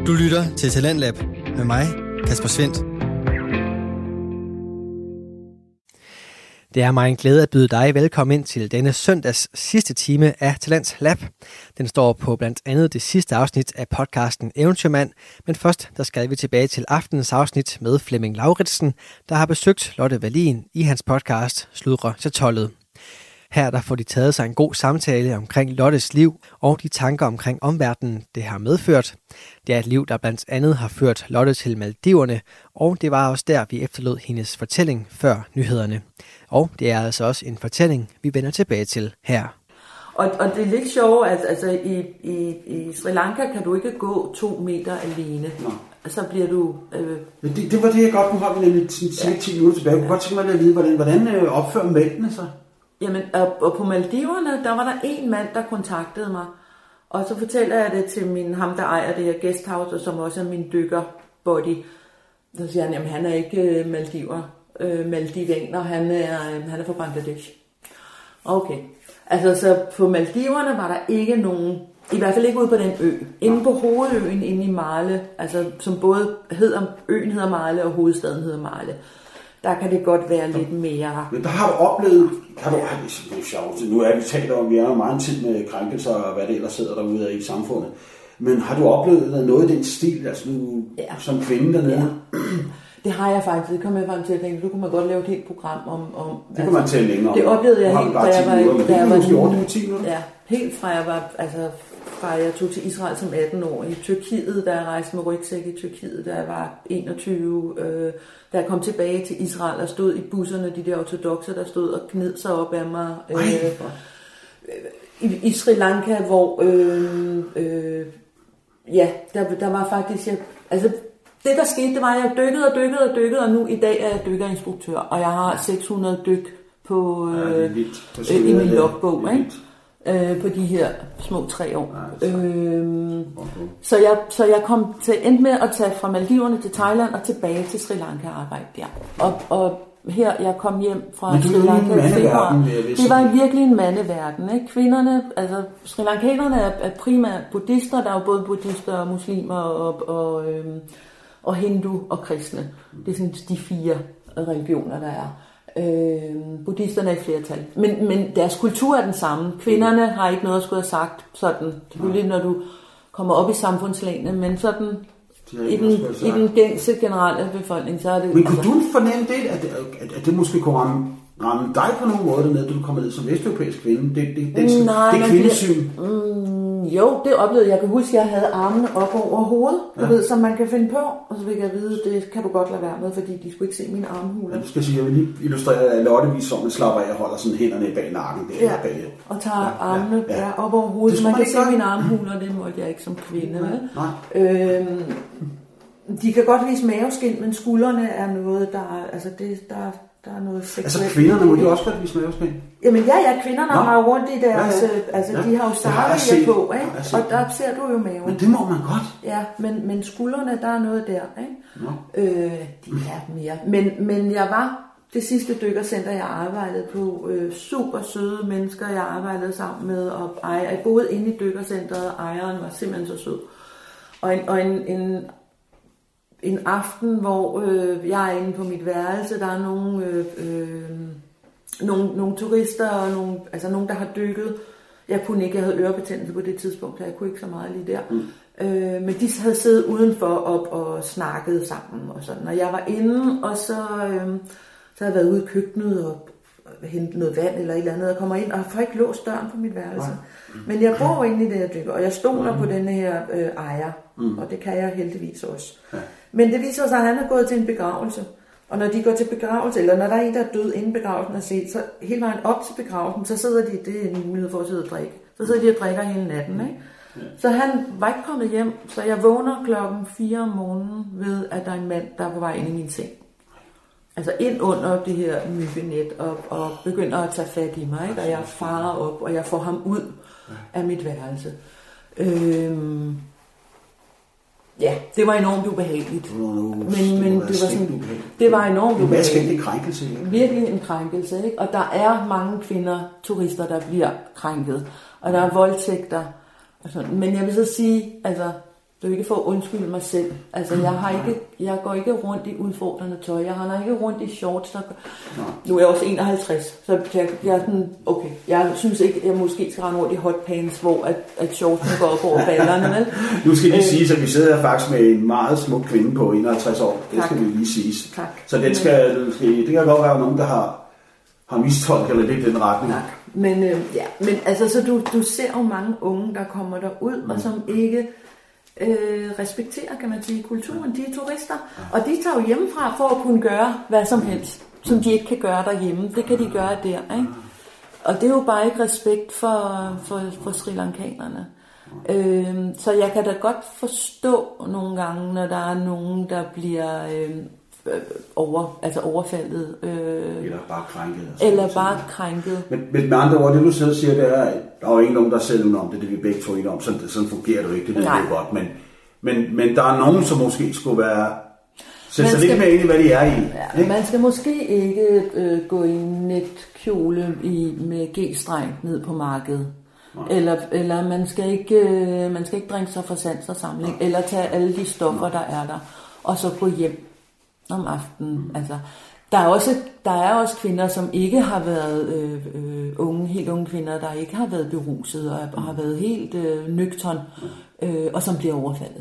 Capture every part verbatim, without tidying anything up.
Du lytter til Talentlab med mig, Kasper Svendt. Det er mig en glæde at byde dig velkommen ind til denne søndags sidste time af Talents Lab. Den står på blandt andet det sidste afsnit af podcasten Eventyrmand, men først der skal vi tilbage til aftenens afsnit med Flemming Lauritsen, der har besøgt Lotte Wallin i hans podcast Sludre til tolvet. Her der får de taget sig en god samtale omkring Lottes liv og de tanker omkring omverdenen, det har medført. Det er et liv, der blandt andet har ført Lotte til Maldiverne, og det var også der, vi efterlod hendes fortælling før nyhederne. Og det er altså også en fortælling, vi vender tilbage til her. Og, og det er lidt sjovt, at altså, i, i, i Sri Lanka kan du ikke gå to meter alene. Nå. Så bliver du... Øh... Det, det var det, jeg godt kunne have nemlig ti minutter tilbage. Jeg kunne godt tænke mig at vide, hvordan, hvordan opfører mændene sig? Jamen, og, og på Maldiverne, der var der en mand, der kontaktede mig. Og så fortæller jeg det til min, ham, der ejer det her guesthouse, og som også er min dykkerbody. Så siger han, jamen han er ikke øh, Maldiver, øh, Maldivaner, han er, øh, han er fra Bangladesh. Okay. Altså, så på Maldiverne var der ikke nogen, i hvert fald ikke ude på den ø. Inde på hovedøen, inde i Male, altså som både hedder, øen hedder Male, og hovedstaden hedder Male. Der kan det godt være lidt mere... Men der har du oplevet... Har du, det er sjovt. Nu er vi talt om, vi har meget tid med krænkelser og hvad det ellers sidder derude i samfundet. Men har du oplevet noget i den stil, altså nu, ja. Som kvinde dernede? Ja. Det har jeg faktisk. Det kom jeg frem til at tænke, du kunne man godt lave et helt program om... om det kunne altså, man tale længere om. Det oplevede jeg helt, da jeg var... Da jeg var ja, helt fra jeg var... Altså, fra jeg tog til Israel som atten år, i Tyrkiet, da jeg rejste med rygsæk i Tyrkiet, da jeg var enogtyve, øh, da jeg kom tilbage til Israel og stod i busserne, de der ortodokser, der stod og gned sig op af mig. Øh, i, I Sri Lanka, hvor øh, øh, ja, der, der var faktisk, jeg, altså det der skete, det var, at jeg dykkede og dykkede og dykkede, og nu i dag er jeg dykkerinstruktør, og jeg har seks hundrede dyk på, øh, ja, i min logbog, ikke? Øh, på de her små tre år. Ja, øh, okay. så, jeg, så jeg kom til endte med at tage fra Maldiverne til Thailand og tilbage til Sri Lanka og arbejde der. Og, og her, jeg kom hjem fra Sri Lanka i februar. Det var virkelig en mandeverden. Ikke? Kvinderne, altså Sri Lankanerne er, er primært buddhister. Der er jo både buddhister og muslimer og, og, øh, og hindu og kristne. Det er sådan de fire religioner, der er. Øh, buddhisterne er i flertal, men, men deres kultur er den samme. Kvinderne har ikke noget at skulle have sagt sådan, selvfølgelig når du kommer op i samfundslagene, men sådan i den, i den gængse generelle befolkning, så er det... Men kunne altså, du fornemme det, at, at, at det måske kunne ramme, ramme dig på nogen måde dernede, da du kommer ned som vesteuropæisk kvinde? Det, det, det, nej, det er kvindesyn. Mm, jo, det oplevede jeg. Jeg kan huske, at jeg havde armene op over hovedet, ja. Du ved, som man kan finde på. Og så fik jeg vide, det kan du godt lade være med, fordi de skulle ikke se mine armhuler. Ja, du skal sige, jeg vil lige illustrere, at Lotte viser, som man slapper af og holder sådan hænderne bag nakken. Der, ja, bag. Og tager ja, armene ja, ja. op over hovedet, så man kan se gøre. Mine armhuler. Det måtte jeg ikke som kvinde. Nej, nej. Øhm, de kan godt vise maveskin, men skuldrene er noget, der... Altså det, der Der er noget seksuelt. Altså kvinderne må de også godt vise maveskin? Jamen ja, ja, kvinderne Nå. har jo rundt i deres, ja, ja. altså ja. de har jo sarvier på, ikke? Og der ser du jo maven. Men det må man godt. Ja, men, men skuldrene, der er noget der, ikke? Øh, de er mere. Men, men jeg var det sidste dykkercenter, jeg arbejdede på, øh, super søde mennesker, jeg arbejdede sammen med, og ejer, jeg boede inde i dykkercenteret, og ejeren var simpelthen så sød. Og en, og en, en En aften, hvor øh, jeg er inde på mit værelse, der er nogle, øh, øh, nogle, nogle turister, og nogle, altså nogle, der har dykket. Jeg kunne ikke, jeg havde ørebetændelse på det tidspunkt, så jeg kunne ikke så meget lige der. Mm. Øh, men de havde siddet udenfor op og snakket sammen og sådan. Og jeg var inde, og så, øh, så havde jeg været ude i køkkenet og hentet noget vand eller et eller andet, og kommer ind og får ikke låst døren på mit værelse. Mm. Men jeg bor inde i det her dykker, og jeg stoler mm. på denne her øh, ejer, mm. og det kan jeg heldigvis også. Ja. Men det viser sig, at han er gået til en begravelse. Og når de går til begravelse, eller når der er en, der er død inden begravelsen er set, så hele vejen op til begravelsen, så sidder de, det er en mulighed for at sidde og drikke. Så sidder de og drikker hele natten, ikke? Ja. Så han var ikke kommet hjem, så jeg vågner klokken fire om morgenen ved, at der er en mand, der er på vej ind i min seng. Altså ind under det her myggenet, og, og begynder at tage fat i mig, ikke? Og jeg farer op, og jeg får ham ud af mit værelse. Øhm, Ja, det var enormt ubehageligt. No, no, men men det, var sådan, det var enormt ubehageligt. Det var en krænkelse. Virkelig en krænkelse, ikke? Og der er mange kvinder, turister, der bliver krænket. Og der er voldtægter. Og sådan. Men jeg vil så sige, altså, Det er ikke for at undskylde mig selv. Altså, jeg, har ikke, jeg går ikke rundt i udfordrende tøj. Jeg har ikke rundt i shorts. Der... Nu er jeg også enoghalvtreds, så jeg, jeg er sådan, okay, jeg synes ikke, jeg måske skal rende rundt i hotpants, hvor at, at shortsene går op over ballerne. Vel? Nu skal vi sige, at vi sidder her faktisk med en meget smuk kvinde på enoghalvtreds år. Det tak. Skal vi lige sige. Tak. Så det, skal, det kan godt være nogen, der har, har mistolket eller lidt den retning. Tak. Men, øh, ja. Men altså, så du, du ser jo mange unge, der kommer derud, mm. og som ikke... Øh, respekterer, kan man sige, kulturen. De er turister, og de tager jo hjemmefra for at kunne gøre hvad som helst, som de ikke kan gøre derhjemme. Det kan de gøre der, ikke? Og det er jo bare ikke respekt for, for, for Sri Lankanerne. Øh, så jeg kan da godt forstå nogle gange, når der er nogen, der bliver øh, over, altså overfaldet. Øh, eller bare krænket. Eller bare krænket. Men, men med andre ord, det du selv siger, det er, der er jo ikke nogen, der selv om det, det vi begge to er om. Sådan, sådan fungerer det jo ikke, det ved jeg godt. Men, men, men der er nogen, som måske skulle være... Sætte sig lidt mere ind i, hvad de er i. Ja, man skal måske ikke øh, gå i netkjole i, med G-streng ned på markedet. Eller, eller man skal ikke øh, man skal ikke drikke sig for sans og samling. Eller tage alle de stoffer, der er der. Og så gå hjem om aftenen. Mm. Altså, der, er også, der er også kvinder, som ikke har været øh, øh, unge, helt unge kvinder, der ikke har været beruset og, og har været helt øh, nøgtern, øh, og som bliver overfaldet.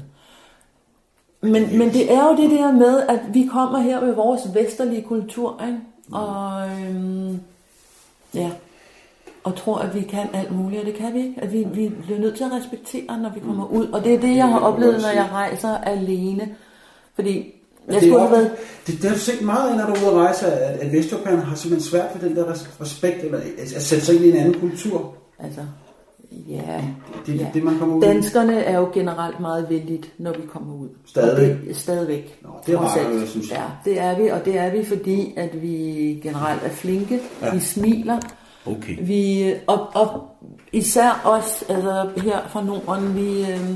Men, men det er jo det der med, at vi kommer her med vores vesterlige kultur, ikke? Og øh, ja, og tror, at vi kan alt muligt, og det kan vi ikke. At vi, vi bliver nødt til at respektere, når vi kommer ud. Og det er det, jeg har oplevet, når jeg rejser alene. Fordi jeg det, skulle er, have været... det, det har du set meget af, når du er ude at rejse, at, at vesteuropæerne har simpelthen svært ved den der respekt, eller at sætte sig ind i en anden kultur. Altså, ja. Det er ja. det, man kommer ud. Danskerne er jo generelt meget vældigt, når vi kommer ud. Stadig? Det, stadigvæk. Nå, det er rart, jeg synes. Ja, det er vi, og det er vi, fordi at vi generelt er flinke. Ja. Vi smiler. Okay. Vi, og, og især os, altså her fra Norden, vi... Øh,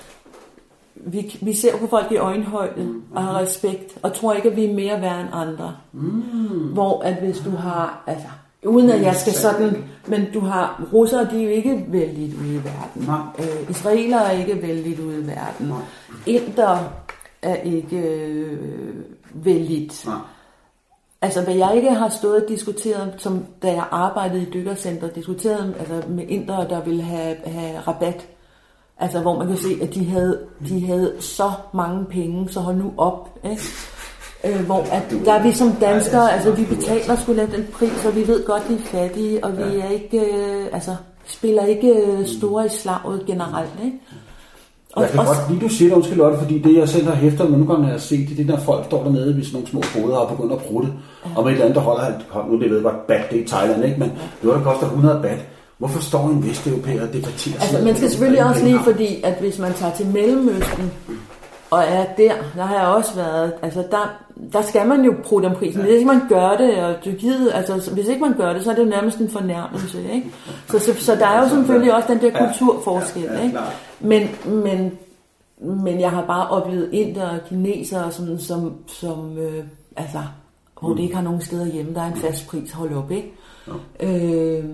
Vi, vi ser på folk i øjenhøjde mm. og har respekt, og tror ikke, at vi er mere værd end andre. Mm. Hvor at hvis du har, altså, uden at jeg skal sådan, men du har, russere, de er jo ikke vældigt ude i verden. Øh, israelere er ikke vældigt ude i verden. Nej. Inder er ikke øh, vældigt. Nej. Altså, hvad jeg ikke har stået og diskuteret, som da jeg arbejdede i dykkercenter, diskuteret altså, med indere, der ville have, have rabat. Altså, hvor man kan se, at de havde, de havde så mange penge, så hold nu op, ikke? Øh, hvor at, der er vi som danskere, altså vi betaler sgu lidt den pris, og vi ved godt, de er fattige, og vi er ikke, øh, altså, spiller ikke store i slaget generelt, ikke? Og, jeg kan og, godt lide, du siger det, undskyld Lotte, fordi det jeg selv har hæftet nogle gange, når jeg har set det, det der folk står dernede ved sådan nogle små boder og begynder at prutte, ja. Og med et eller andet, der holder, nu det ved godt, bat, det er i Thailand, ikke? Men det var, der koster hundrede bat. Hvorfor står en vesteuropæer og debatterer? Altså, man skal selvfølgelig også lige, fordi at hvis man tager til Mellemøsten og er der, der har jeg også været, altså der, der skal man jo prutte om prisen. Ja. Hvis ikke man gør det, og Tyrkiet, altså hvis ikke man gør det, så er det jo nærmest en fornærmelse, ikke? Så, så, så der er jo selvfølgelig også den der kulturforskel, ikke? Men, men, men jeg har bare oplevet inder og kinesere, som, som, som øh, altså, hvor det ikke har nogen steder hjemme, der er en fast pris, hold op, ikke? Øh,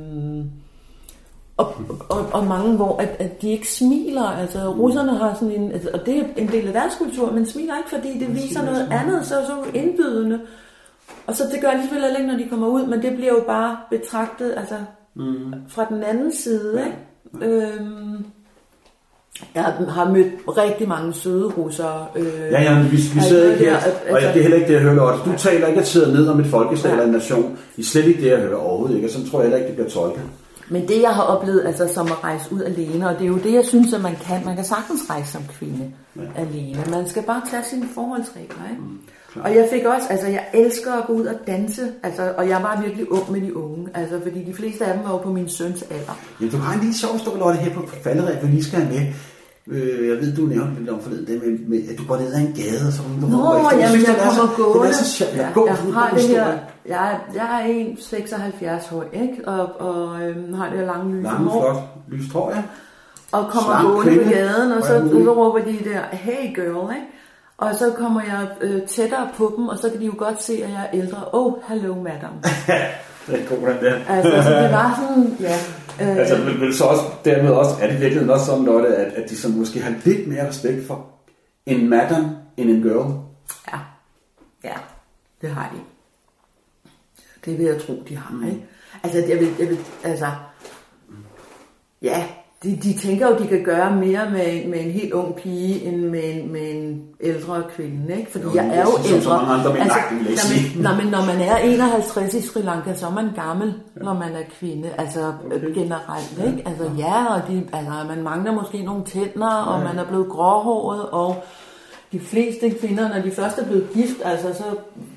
Og, og, og mange, hvor at, at de ikke smiler. Altså russerne har sådan en, altså, og det er en del af deres kultur, men smiler ikke, fordi det viser noget andet, så så indbydende. Og så det gør de selvfølgelig ikke, når de kommer ud, men det bliver jo bare betragtet altså mm. fra den anden side, ikke? Øhm, jeg har mødt rigtig mange søde russere. Øh, ja, ja, vi, vi sidder ikke her, og altså, det er heller ikke det, jeg hører, Lotte. Du taler ikke at sidde ned om et folkeslag eller en nation. Det er slet ikke det, jeg hører overhovedet, ikke? Og sådan tror jeg heller ikke, det bliver tolket. Men det, jeg har oplevet, altså som at rejse ud alene, og det er jo det, jeg synes, at man kan. Man kan sagtens rejse som kvinde ja. alene. Man skal bare tage sine forholdsregler, ikke? Mm, og jeg fik også, altså jeg elsker at gå ud og danse, altså, og jeg var virkelig ung med de unge, altså fordi de fleste af dem var jo på min søns alder. Ja, du har en lille sjov historie, Lotte, her på falderæb, vi lige skal have med. Jeg ved, du nævnte lidt om forleden, det med, med, at du går ned ad en gade, og så du Nå, jamen jeg kommer gående. Det er så sjovt. Jeg, jeg har det her, jeg, jeg er en komma seksoghalvfjerds høj, ikke? Og, og øhm, har det her lange lyse lange, hår. flot, lyst hår, ja. Og kommer Slank gående kvinde. På gaden, og så, og så råber de der, hey girl, ikke? Og så kommer jeg øh, tættere på dem, og så kan de jo godt se, at jeg er ældre. Oh, hello madam. Det er god, den der. Altså, så det var sådan, ja. Øh, altså, vil, vil så også, dermed også, er det virkelig også sådan, Lotte, at, at de så måske har lidt mere respekt for en madam end en girl? Ja, ja, det har de. Det vil jeg tro, de har, mm. ikke? Altså, jeg vil, jeg vil, altså, ja, de, de tænker jo, de kan gøre mere med, med en helt ung pige, end med en, med en ældre kvinde, ikke? Fordi jo, jeg er jo ældre. Så andre, altså, når, man, når man er enoghalvtreds i Sri Lanka, så er man gammel, ja. Når man er kvinde, altså okay. Generelt, ikke? Altså ja, og de, altså, man mangler måske nogle tænder, og ja. Man er blevet gråhåret, og de fleste kvinder, når de først er blevet gift, altså så,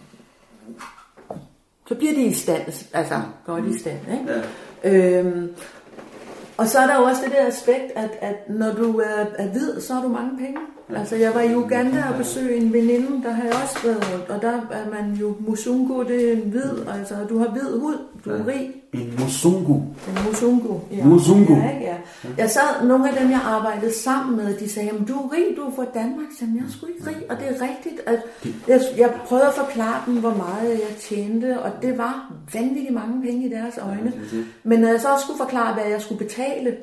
så bliver de i stand, altså godt i stand, ikke? Ja. Øhm, Og så er der jo også det der aspekt, at, at når du er, er hvid, så har du mange penge. Ja. Altså jeg var i Uganda og besøgte en veninde, der har jeg også været, og der er man jo musungu, det er en hvid, altså du har hvid hud, du er rig. En musungu? En musungu, ja. Musungu? Ja, ikke? Ja. Jeg sad, nogle af dem jeg arbejdede sammen med, de sagde, jamen du er rig, du er fra Danmark, så jeg er sgu ikke rig, og det er rigtigt, at jeg, jeg prøvede at forklare dem, hvor meget jeg tjente, og det var vanvittigt mange penge i deres øjne. Men når jeg så også skulle forklare, hvad jeg skulle betale,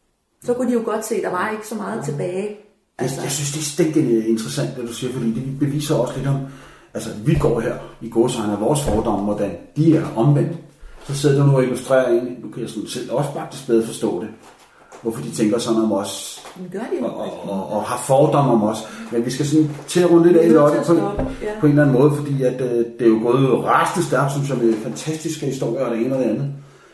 så kunne de jo godt se, at der var ikke så meget tilbage. Altså. Jeg, jeg synes, det er stændigt interessant, det du siger, fordi det beviser også lidt om, altså vi går her i gåsøjne af vores fordomme, hvordan de er omvendt. Så sidder du nu og illustrerer egentlig, nu kan jeg sådan selv også faktisk bedre forstå det, hvorfor de tænker sådan om os, og, og, og, og har fordomme om os. Men vi skal sådan til at runde lidt af, Lotte, på, ja. på en eller anden måde, fordi at, øh, det er jo gået rasende stærkt, synes jeg, med fantastiske historier og det ene og det andet.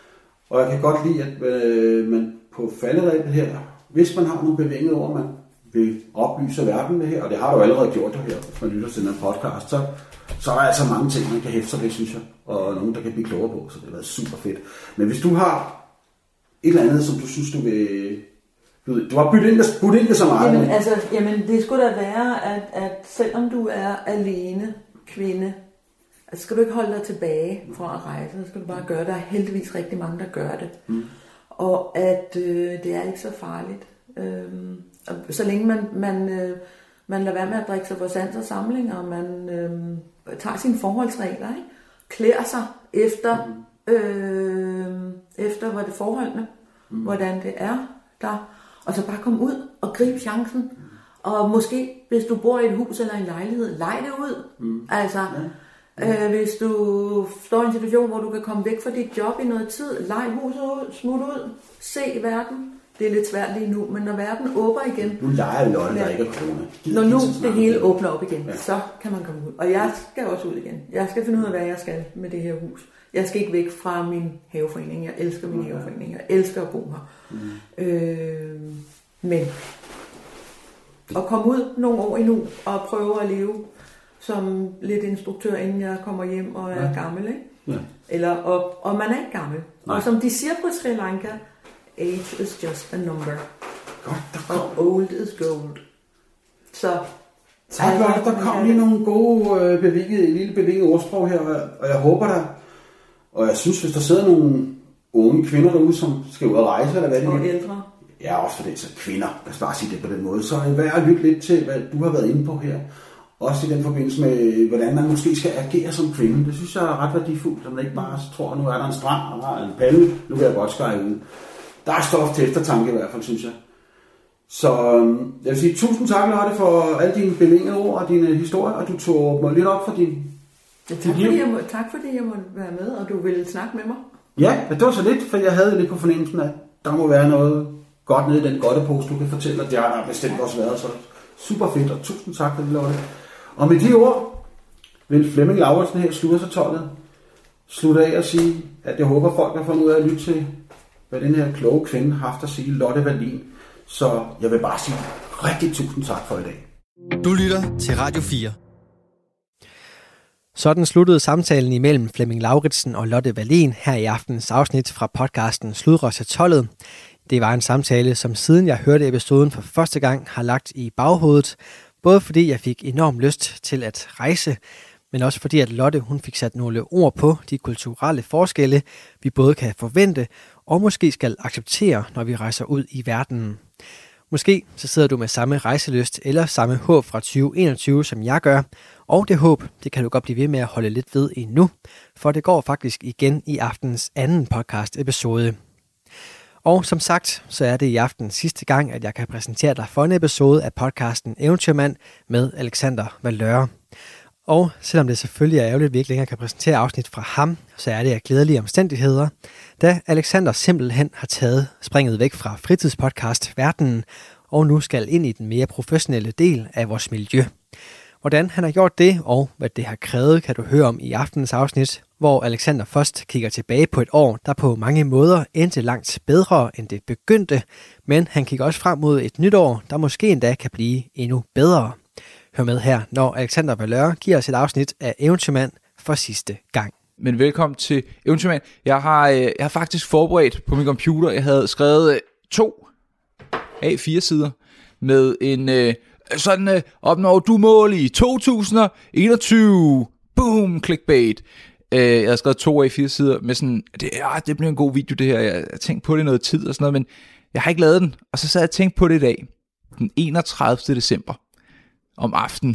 Og jeg kan godt lide, at øh, man på falderæbet her, hvis man har nogle bevingede ord, man vil oplyse verden med her, og det har du allerede gjort det her, hvis man lytter til den her podcast, så, så er der altså mange ting, man kan hæfte sig ved, synes jeg, og nogen, der kan blive klogere på, så det har været super fedt. Men hvis du har et eller andet, som du synes, du vil... Du, du har byttet ind, byttet ind det så meget. Jamen, altså, jamen, det skulle da være, at, at selvom du er alene kvinde, altså, skal du ikke holde dig tilbage fra at rejse, så skal du bare gøre det. Der er heldigvis rigtig mange, der gør det. Mm. Og at øh, det er ikke så farligt. Øhm, og så længe man, man, øh, man lader være med at drikke sig for sans og samling, og man øh, tager sine forholdsregler, ikke? Klæder sig efter, mm. øh, efter hvad det forholdene, mm. hvordan det er der, og så bare komme ud og gribe chancen. Mm. Og måske, hvis du bor i et hus eller en lejlighed, lej det ud. Mm. Altså, ja. øh, hvis du står i en situation, hvor du kan komme væk fra dit job i noget tid, lej huset ud, smut ud, se verden. Det er lidt svært lige nu, men når verden åbner igen... Nu leger vi Lotte, der ikke er corona. Når nu det hele åbner op igen, ja. Så kan man komme ud. Og jeg skal også ud igen. Jeg skal finde ud af, hvad jeg skal med det her hus. Jeg skal ikke væk fra min haveforening. Jeg elsker min ja. haveforening. Jeg elsker at bo her. Mm. Øh, men at komme ud nogle år endnu og prøve at leve som lidt instruktør, inden jeg kommer hjem og er ja. gammel, ikke? Ja. Eller, og, og man er ikke gammel. Nej. Og som de siger på Sri Lanka, age is just a number. Godt, der kom. Old is gold. Så... Tak, Lotte. Der kom lige nogle gode, øh, bevingede, lille bevingede ordsprog her, og jeg håber der, og jeg synes, hvis der sidder nogle unge kvinder derude, som skal ud og rejse, eller hvad det er. Og ældre. Ja, også for det, så kvinder, lad os bare sige det på den måde, så er det værd at lytte lidt til, hvad du har været inde på her. Også i den forbindelse med, hvordan man måske skal agere som kvinde. Det synes jeg er ret værdifuldt, at man ikke bare tror, at nu er der en strand, og der er en palle, nu vil jeg godt skære ud. Der er stof til eftertanke i hvert fald, synes jeg. Så jeg vil sige tusind tak, Lotte, for alle dine bevingede ord og dine historier, og du tog mig lidt op for din... Ja, tak, fordi jeg må, tak fordi jeg måtte være med, og du ville snakke med mig. Ja, det var så lidt, for jeg havde lidt på fornemmelsen, at der må være noget godt nede i den godtepose, du kan fortælle, og det har der bestemt ja. også været, så super fedt, og tusind tak for det, Lotte. Og med de ord vil Flemming Lauritsen her slutte sig tolvet, slutte af og sige, at jeg håber, folk har fundet ud af at lytte til, hvad den her kloge kvinde har haft at sige, Lotte Wallin. Så jeg vil bare sige rigtig tusind tak for i dag. Du lytter til Radio fire. Sådan sluttede samtalen imellem Flemming Lauritsen og Lotte Wallin her i aftenens afsnit fra podcasten Sludre til tolvet. Det var en samtale, som siden jeg hørte episoden for første gang har lagt i baghovedet, både fordi jeg fik enorm lyst til at rejse, men også fordi at Lotte hun fik sat nogle ord på de kulturelle forskelle, vi både kan forvente og måske skal acceptere, når vi rejser ud i verden. Måske så sidder du med samme rejselyst eller samme håb fra tyve enogtyve, som jeg gør. Og det håb, det kan du godt blive ved med at holde lidt ved endnu, for det går faktisk igen i aftens anden podcast episode. Og som sagt, så er det i aften sidste gang, at jeg kan præsentere dig for en episode af podcasten Eventyrmand med Alexander Valeur. Og selvom det selvfølgelig er ærgerligt, at vi ikke længere kan præsentere afsnit fra ham, så er det af glædelige omstændigheder, da Alexander simpelthen har taget springet væk fra fritidspodcast-verdenen, og nu skal ind i den mere professionelle del af vores miljø. Hvordan han har gjort det, og hvad det har krævet, kan du høre om i aftenens afsnit, hvor Alexander først kigger tilbage på et år, der på mange måder endte langt bedre, end det begyndte, men han kigger også frem mod et nyt år, der måske endda kan blive endnu bedre. Hør med her, når Alexander Valeur giver os et afsnit af Eventyrmand for sidste gang. Men velkommen til Eventyrmand. Jeg har, jeg har faktisk forberedt på min computer, jeg havde skrevet to A fire sider med en øh, sådan, øh, opnår du mål i to tusind enogtyve, boom, clickbait. Øh, jeg havde skrevet to A fire sider med sådan, det, ja, det bliver en god video det her, jeg har tænkt på det noget tid og sådan noget, men jeg har ikke lavet den. Og så sad jeg og tænkte på det i dag, den enogtredivte december. Om aftenen.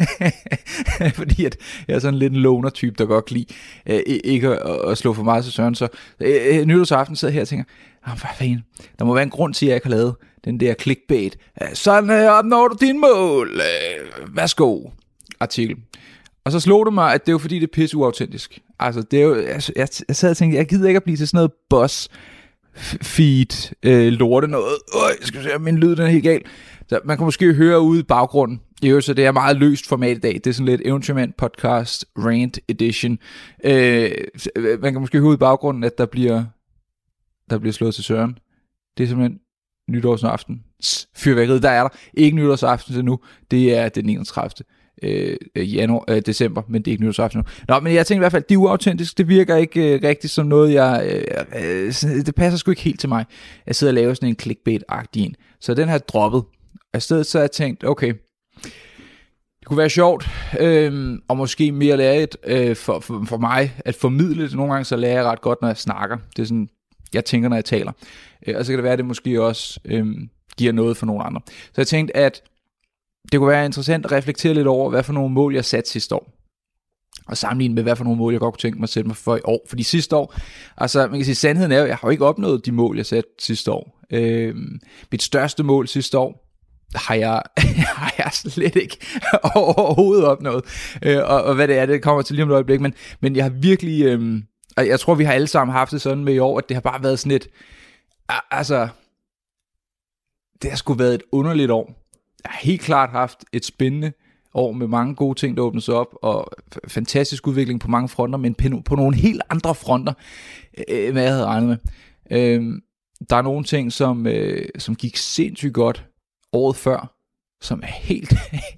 Fordi at jeg er sådan lidt en loner-type, der godt kan lide øh, ikke at, at slå for meget til søren. Så øh, nytårsaften sidder jeg her og tænker, hvad fanden, der må være en grund til, at jeg ikke har lavet den der clickbait. Sådan øh, opnår du din mål. Øh, værsgo. Artikel. Og så slog det mig, at det er jo fordi, det er pisse uautentisk. Altså, det er jo, jeg, jeg, jeg sad og tænkte, jeg gider ikke at blive til sådan noget boss feed øh, lorte noget. Øj, jeg skal se, min lyd den er helt galt. Så man kan måske høre ude i baggrunden. Jo, så det er meget løst format i dag. Det er sådan lidt Eventyrmand podcast rant edition. Øh, man kan måske høre ude i baggrunden, at der bliver der bliver slået til søren. Det er simpelthen nytårsaften. Fyrværkeriet, der er der. Ikke nytårsaften til nu. Det er den enogtredivte Øh, januar, øh, december, men det er ikke nytårsaften nu. Nå, men jeg tænker i hvert fald, det er uautentisk. Det virker ikke øh, rigtigt som noget, jeg... Øh, øh, det passer sgu ikke helt til mig. Jeg sidder og laver sådan en clickbait-agtig en. Så den har jeg droppet. Og i stedet så har jeg tænkt, okay, det kunne være sjovt, øh, og måske mere lærerigt øh, for, for, for mig at formidle det. Nogle gange så lærer jeg ret godt, når jeg snakker. Det er sådan, jeg tænker, når jeg taler. Øh, og så kan det være, at det måske også øh, giver noget for nogle andre. Så jeg tænkte, at det kunne være interessant at reflektere lidt over, hvad for nogle mål jeg satte sidste år. Og sammenligne med, hvad for nogle mål jeg godt kunne tænke mig at sætte mig for i år. Fordi sidste år, altså man kan sige, sandheden er jo, jeg har jo ikke opnået de mål, jeg satte sidste år. Øh, mit største mål sidste år, har jeg, har jeg slet ikke overhovedet opnået. Øh, og, og hvad det er, det kommer til lige om et øjeblik. Men, men jeg har virkelig, øh, og jeg tror, vi har alle sammen haft det sådan med i år, at det har bare været sådan et, altså, det har sgu været et underligt år. Jeg har helt klart haft et spændende år med mange gode ting, der åbnes op, og fantastisk udvikling på mange fronter, men på nogle helt andre fronter, øh, hvad jeg havde regnet med. Øh, der er nogle ting, som, øh, som gik sindssygt godt året før, som er helt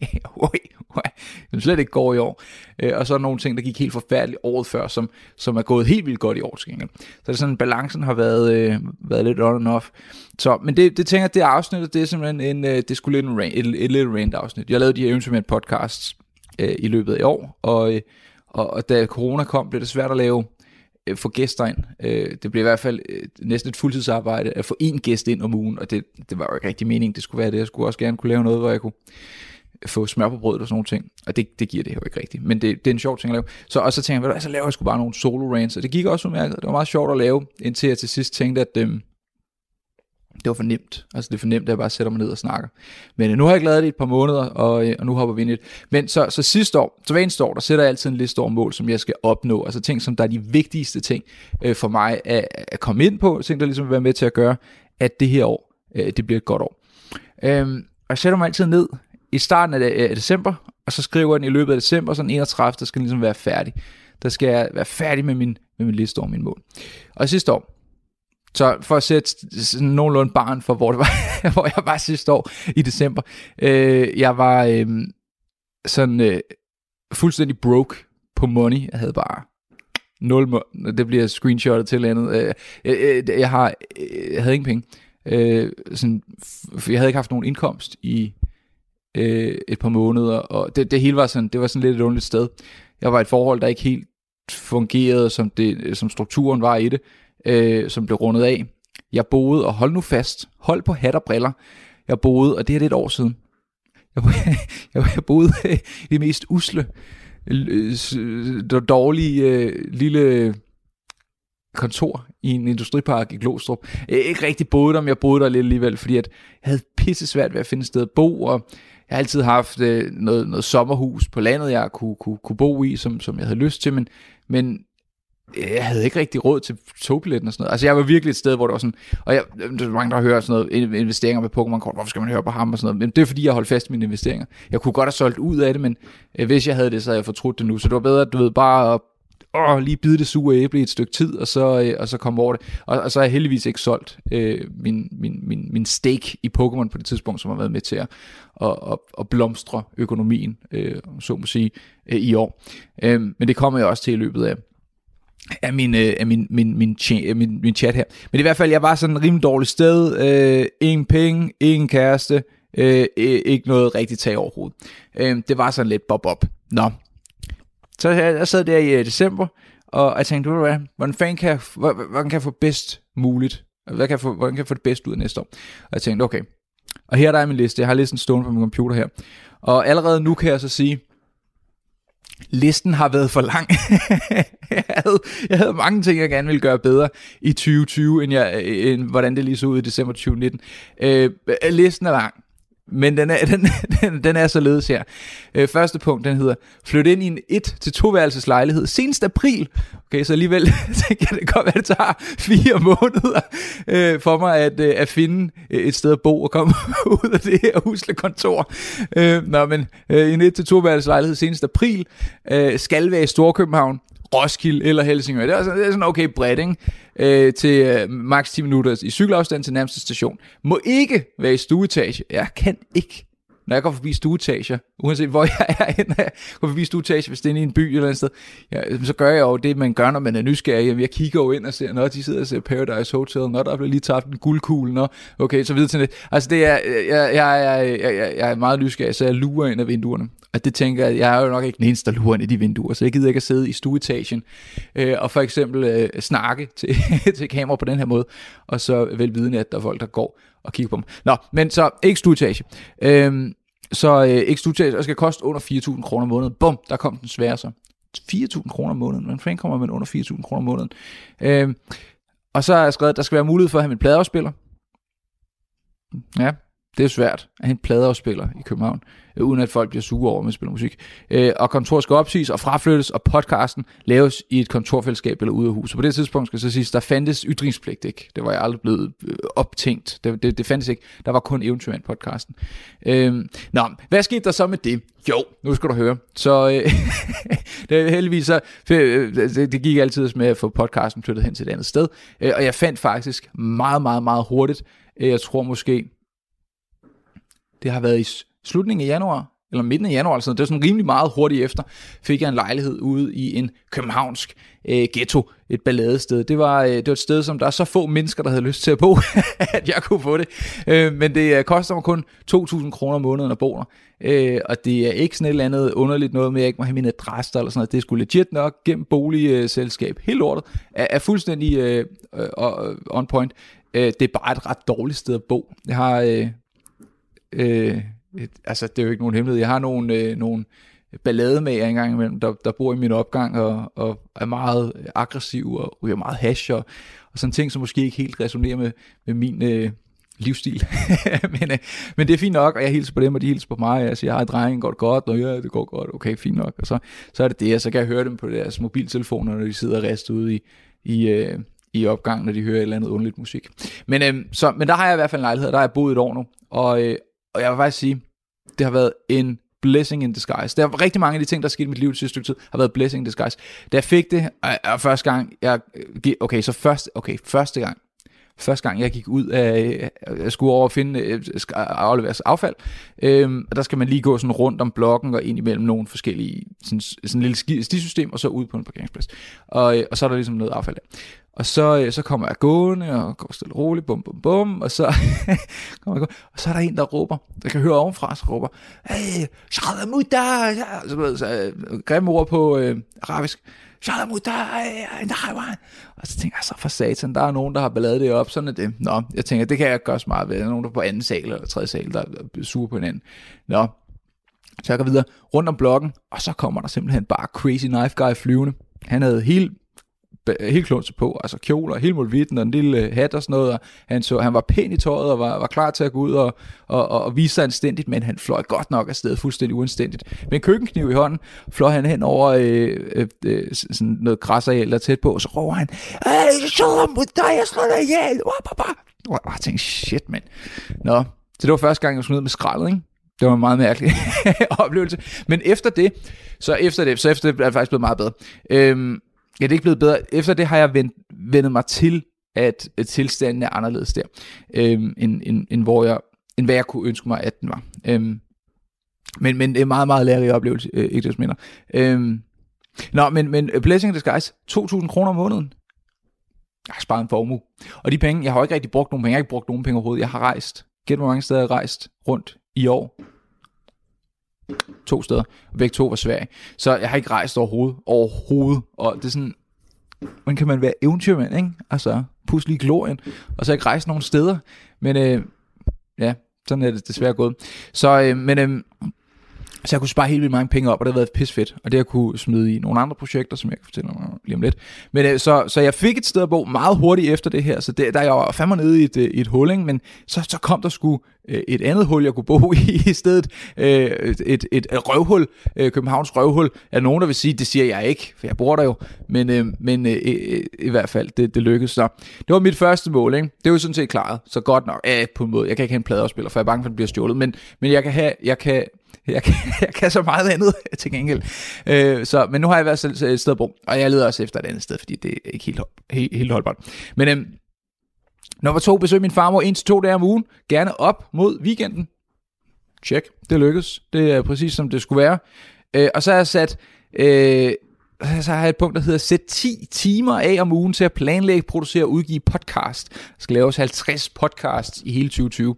som slet ikke går i år, øh, og så er der nogle ting, der gik helt forfærdeligt året før, som, som er gået helt vildt godt i år til gengæld. Så det er sådan, balancen har været, øh, været lidt on and off. Så, men det, det tænker jeg, det afsnit, det er simpelthen en, øh, det skulle lidt en rant, et, et lille rant afsnit. Jeg lavede de her Eventyrmand podcasts øh, i løbet af år, og, øh, og, og da corona kom, blev det svært at lave øh, få gæster ind. Øh, det blev i hvert fald øh, næsten et fuldtidsarbejde at få én gæst ind om ugen, og det, det var jo ikke rigtig meningen, det skulle være det. Jeg skulle også gerne kunne lave noget, hvor jeg kunne få smør på brødet og sådan nogle ting, og det, det giver det jo ikke rigtigt, men det, det er en sjov ting at lave. Så, og så tænkte jeg, så laver jeg sgu bare nogle solo rants, og det gik også udmærket. Det var meget sjovt at lave, indtil jeg til sidst tænkte, at øhm, det var for nemt. Altså det er for nemt, at jeg bare sætter mig ned og snakker. Men øh, nu har jeg lavet det i et par måneder, og, øh, og nu hopper vi ind i det. Men så, så sidste år, så hver eneste år, der sætter jeg altid en liste over mål, som jeg skal opnå. Altså ting, som der er de vigtigste ting øh, for mig at, at komme ind på, ting, der ligesom vil være med til at gøre, at det her år, øh, det bliver et godt år. Øhm, og jeg sætter mig altid ned i starten af, af december, og så skriver jeg den i løbet af december, så den enogtredivte der skal den ligesom være færdig. Der skal jeg være færdig med min, med min liste over mine mål. Og sidste år, så for at sætte sådan nogenlunde barn for, hvor, det var, hvor jeg var sidste år i december, øh, jeg var øh, sådan øh, fuldstændig broke på money. Jeg havde bare nul mo- det bliver screenshotet til andet. Øh, øh, jeg, har, øh, jeg havde ingen penge. Øh, sådan, jeg havde ikke haft nogen indkomst i øh, et par måneder, og det, det hele var sådan, det var sådan lidt et underligt sted. Jeg var i et forhold, der ikke helt fungerede, som, det, som strukturen var i det, øh, som blev rundet af. Jeg boede, og hold nu fast, hold på hat og briller, jeg boede, og det er det et år siden. Jeg boede, jeg boede i det mest usle, dårlige lille kontor i en industripark i Glostrup. Jeg ikke rigtig boede der, men jeg boede der lidt alligevel, fordi at jeg havde pisse svært ved at finde et sted at bo, og jeg har altid haft øh, noget, noget sommerhus på landet, jeg kunne, kunne, kunne bo i, som, som jeg havde lyst til, men, men jeg havde ikke rigtig råd til togbilletten og sådan noget. Altså jeg var virkelig et sted, hvor der var sådan, og jeg, der er mange, der hører sådan noget, investeringer med Pokémon-kort, hvorfor skal man høre på ham og sådan noget, men det er fordi, jeg holdt fast i mine investeringer. Jeg kunne godt have solgt ud af det, men øh, hvis jeg havde det, så havde jeg fortrudt det nu, så det var bedre, du ved, bare at åh, lige bide det sure æble i et stykke tid, og så, øh, og så komme over det. Og, og så har jeg heldigvis ikke solgt øh, min, min, min, min stake i Pokémon på det tidspunkt, som har været med til at, at, at, at blomstre økonomien, øh, så må sige, øh, i år. Øh, men det kommer jeg også til i løbet af, af, min, øh, af min, min, min, min, min, min chat her. Men i hvert fald, jeg var sådan et rimelig dårligt sted. Øh, ingen penge, ingen kæreste, øh, ikke noget rigtigt tag overhovedet. Øh, det var sådan lidt bob-bob. Nå. Så jeg, jeg sad der i uh, december, og jeg tænkte, hvad, hvordan fanden kan jeg, hvordan kan jeg få bedst muligt, hvad kan jeg få, hvordan kan jeg få det bedst ud af næste år? Og jeg tænkte, okay, og her der er min liste, jeg har listen stående på min computer her, og allerede nu kan jeg så sige, listen har været for lang. jeg, havde, jeg havde mange ting, jeg gerne ville gøre bedre i tyve tyve, end, jeg, end hvordan det lige så ud i december tyve nitten. Øh, listen er lang. Men den er, den, den, den er således her. Øh, første punkt, den hedder, flyt ind i en et til to værelses lejlighed senest april. Okay, så alligevel tænker jeg, det godt være, det tager fire måneder øh, for mig at, øh, at finde et sted at bo og komme ud af det her husle kontor. Øh, nå, men øh, en et til to værelses lejlighed senest april øh, skal være i Storkøbenhavn, Roskilde eller Helsingør. Det er, altså, det er sådan okay bredt, ikke? Øh, til øh, maks ti minutter i cykelafstand til nærmeste station. Må ikke være i stueetage. Jeg kan ikke, når jeg går forbi stueetager, uanset hvor jeg er, når jeg går forbi stueetager, hvis det er i en by eller et sted, ja, så gør jeg jo det, man gør, når man er nysgerrig. Jamen, jeg kigger jo ind og ser, når de sidder og ser Paradise Hotel, når der er blevet lige tabt en guldkugle, når okay, så videre til det. Altså, det er, jeg, jeg, jeg, jeg, jeg er meget nysgerrig, så jeg lurer ind af vinduerne. Og det tænker jeg, jeg er jo nok ikke den eneste, der lurer ind i de vinduer, så jeg gider ikke at sidde i stueetagen øh, og for eksempel øh, snakke til, til kamera på den her måde, og så velvidende, at der er folk, der går og kigger på dem. Nå, men så ikke stueetage. Øhm, så øh, ikke stueetage, og skal koste under fire tusind kroner om måneden. Bum, der kom den svære så. fire tusind kroner om måneden. Hvordan fanden kommer man under fire tusind kroner om måneden? Øhm, og så har jeg skrevet, at der skal være mulighed for at have min pladeafspiller. Ja, det er svært at have en pladeafspiller i København, øh, uden at folk bliver sure over, at man spiller musik. Øh, og kontoret skal opsiges og fraflyttes, og podcasten laves i et kontorfællesskab eller ude af huset. På det tidspunkt skal så siges, der fandtes ytringspligt ikke. Det var jeg aldrig blevet øh, optænkt. Det, det, det fandtes ikke. Der var kun Eventyrmand-podcasten. Øh, nå, hvad skete der så med det? Jo, nu skal du høre. Så øh, det er heldigvis så, øh, det, det gik altid med at få podcasten flyttet hen til et andet sted. Øh, og jeg fandt faktisk meget, meget, meget hurtigt, øh, jeg tror måske, det har været i slutningen af januar, eller midten af januar, altså det er sådan rimelig meget hurtigt efter, fik jeg en lejlighed ude i en københavnsk øh, ghetto, et balladested. Det var, øh, det var et sted, som der er så få mennesker, der havde lyst til at bo, at jeg kunne få det. Øh, men det øh, koster mig kun to tusind kroner om måneden at bo der. Øh, og det er ikke sådan et eller andet underligt noget med, at jeg ikke må have min adresse eller sådan noget. Det er sgu legit nok gennem boligselskab. Helt lortet er, er fuldstændig øh, øh, on point. Øh, det er bare et ret dårligt sted at bo. Jeg har... Øh, Øh, et, altså det er jo ikke nogen hemmelighed. Jeg har nogle, øh, nogle ballademager engang imellem, der, der bor i min opgang og, og er meget aggressiv og ryger meget hash og, og sådan ting, som måske ikke helt resonerer med, med min øh, livsstil. men, øh, men det er fint nok, og jeg hilser på dem, og de hilser på mig. Jeg siger, hej drenge, går det godt? Og ja, det går godt. Okay, fint nok. Og så, så er det det, og så kan jeg høre dem på deres mobiltelefoner, når de sidder og rister ude i, i øh, i opgang, når de hører et eller andet underligt musik. Men, øh, så, men der har jeg i hvert fald en lejlighed, der har jeg boet et år nu, og, øh, og jeg vil faktisk sige, det har været en blessing in disguise. Der er rigtig mange af de ting, der er sket i mit liv det sidste stykke tid, har været blessing in disguise. Da jeg fik det, og, og første gang, jeg, okay, så første, okay, første gang, første gang jeg gik ud af, jeg skulle over og finde, afleveres affald, øhm, og der skal man lige gå sådan rundt om blokken og ind imellem nogle forskellige, sådan, sådan en lille stisystem, og så ud på en parkeringsplads. Og, og så er der ligesom noget affald der. Og så, så kommer jeg gående, og går stille roligt, bum, bum, bum, og så, kommer jeg gående, og så er der en, der råber, der kan høre ovenfra, så råber, hey, shalamuda, så, så, så grimme ord på øh, arabisk, Shalom mod dig, og så tænker jeg, så for satan, der er nogen, der har balladet det op, sådan er det. Nå, jeg tænker, det kan jeg gøre så meget ved. Der er nogen, der er på anden sal eller tredje sal, der er sure på hinanden. Nå, så jeg går videre rundt om blokken, og så kommer der simpelthen bare Crazy Knife Guy flyvende. Han havde helt helt klunset på, altså kjoler, hele molvitten og en lille hat og sådan noget, og han, så, han var pæn i tøjet og var, var klar til at gå ud og, og, og, og vise sig anstændigt, men han fløj godt nok afsted fuldstændig uanstændigt. Med en køkkenkniv i hånden, fløj han hen over øh, øh, øh, sådan noget græsareal der tæt på, og så råber han, hey, så mod dig, jeg slår dig ihjel, og jeg tænkte, shit, mand. Nå, så det var første gang, jeg skulle ned med skraldet, ikke? Det var en meget mærkelig oplevelse. Men efter det, så efter det, så efter det er det faktisk blevet meget bedre. Øhm, Ja, det er ikke blevet bedre. Efter det har jeg vendt, vendt mig til, at, at tilstanden er anderledes der, øhm, end, end, end, hvor jeg, end hvad jeg kunne ønske mig, at den var. Øhm, men, men det er en meget, meget lærerig oplevelse, øh, ikke det, jeg mener. Øhm, nå, men, men blessing in disguise, to tusind kroner om måneden. Jeg har sparet en formue. Og de penge, jeg har ikke rigtig brugt nogen penge, jeg har ikke brugt nogen penge overhovedet. Jeg har rejst. Gæt hvor mange steder jeg har rejst rundt i år. To steder, og begge to var Sverige. Så jeg har ikke rejst overhovedet, overhovedet, og det er sådan, hvordan kan man være eventyrmand, ikke? Altså, pludselig glorien, og så ikke rejse nogen steder, men øh, ja, sådan er det desværre gået. Så, øh, men øh, så jeg kunne spare helt vildt mange penge op, og det har været pisfedt, og det har kunne smide i nogle andre projekter, som jeg kan fortælle om lige om lidt. Men øh, så, så jeg fik et sted at bo meget hurtigt efter det her, så det, der jeg var fandme nede i et, et hul, ikke? Men så, så kom der sgu øh, et andet hul, jeg kunne bo i i stedet. Øh, et, et, et røvhul, øh, Københavns røvhul, er nogen, der vil sige, det siger jeg ikke, for jeg bor der jo, men, øh, men øh, øh, i hvert fald, det, det lykkedes så. Det var mit første mål, ikke? Det var sådan set klaret, så godt nok, øh, på en måde. Jeg kan ikke have en pladeafspiller, for jeg er bange for, at det bliver stjålet, men, men jeg kan have, jeg kan Jeg kan, jeg kan så meget andet til gengæld. Øh, så, men nu har jeg været et sted at bo, og jeg leder også efter et andet sted, fordi det er ikke helt, helt, helt holdbart. Men øhm, nummer to, besøg min farmor en til to dage om ugen, gerne op mod weekenden. Check, det lykkedes. Det er præcis som det skulle være. Øh, og så har jeg sat, øh, så har jeg et punkt, der hedder sæt ti timer af om ugen til at planlægge, producere og udgive podcast. Der skal laves halvtreds podcasts i hele tyve tyve.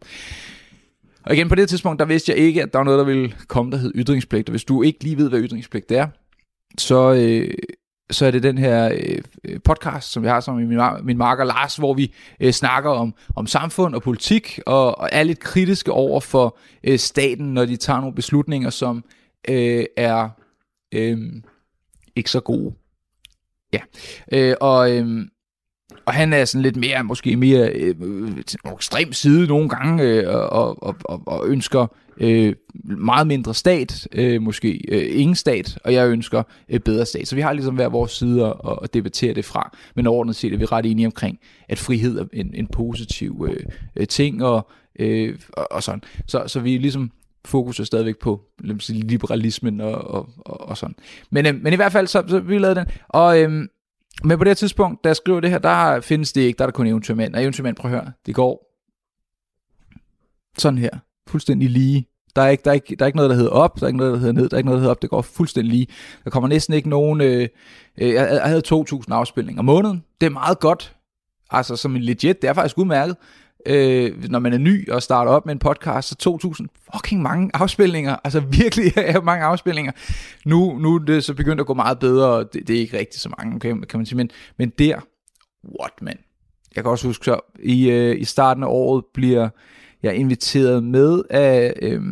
Og igen, på det tidspunkt, der vidste jeg ikke, at der var noget, der ville komme, der hed ytringspligt. Og hvis du ikke lige ved, hvad ytringspligt er, så, øh, så er det den her øh, podcast, som jeg har sammen med min, min marker Lars, hvor vi øh, snakker om, om samfund og politik, og, og er lidt kritiske over for øh, staten, når de tager nogle beslutninger, som øh, er øh, ikke så gode. Ja, øh, og... Øh, Og han er sådan lidt mere, måske mere øh, ekstrem side nogle gange, øh, og, og, og, og ønsker øh, meget mindre stat, øh, måske øh, ingen stat, og jeg ønsker øh, bedre stat. Så vi har ligesom hver vores side og, og debattere det fra, men overordnet set er vi ret enige omkring, at frihed er en, en positiv øh, ting, og, øh, og, og sådan. Så, så vi ligesom fokuser stadigvæk på liberalismen og, og, og, og sådan. Men, øh, men i hvert fald, så, så vi lavede den, og... Øh, Men på det her tidspunkt, da jeg skriver det her, der findes det ikke, der er der kun eventyrmænd. Og eventyrmænd, prøv at høre, det går sådan her, fuldstændig lige. Der er ikke, der er ikke, der er ikke noget, der hedder op, der er ikke noget, der hedder ned, der er ikke noget, der hedder op, det går fuldstændig lige. Der kommer næsten ikke nogen, øh, øh, jeg, jeg havde to tusind afspilninger om måneden, det er meget godt, altså som en legit, det er faktisk udmærket. Øh, når man er ny og starter op med en podcast, så to tusind fucking mange afspilninger, altså virkelig er mange afspilninger. Nu, nu er det så begyndt at gå meget bedre, og det, det er ikke rigtig så mange, okay, kan man sige, men, men der, what man. Jeg kan også huske, så i, øh, i starten af året bliver jeg inviteret med af, øh,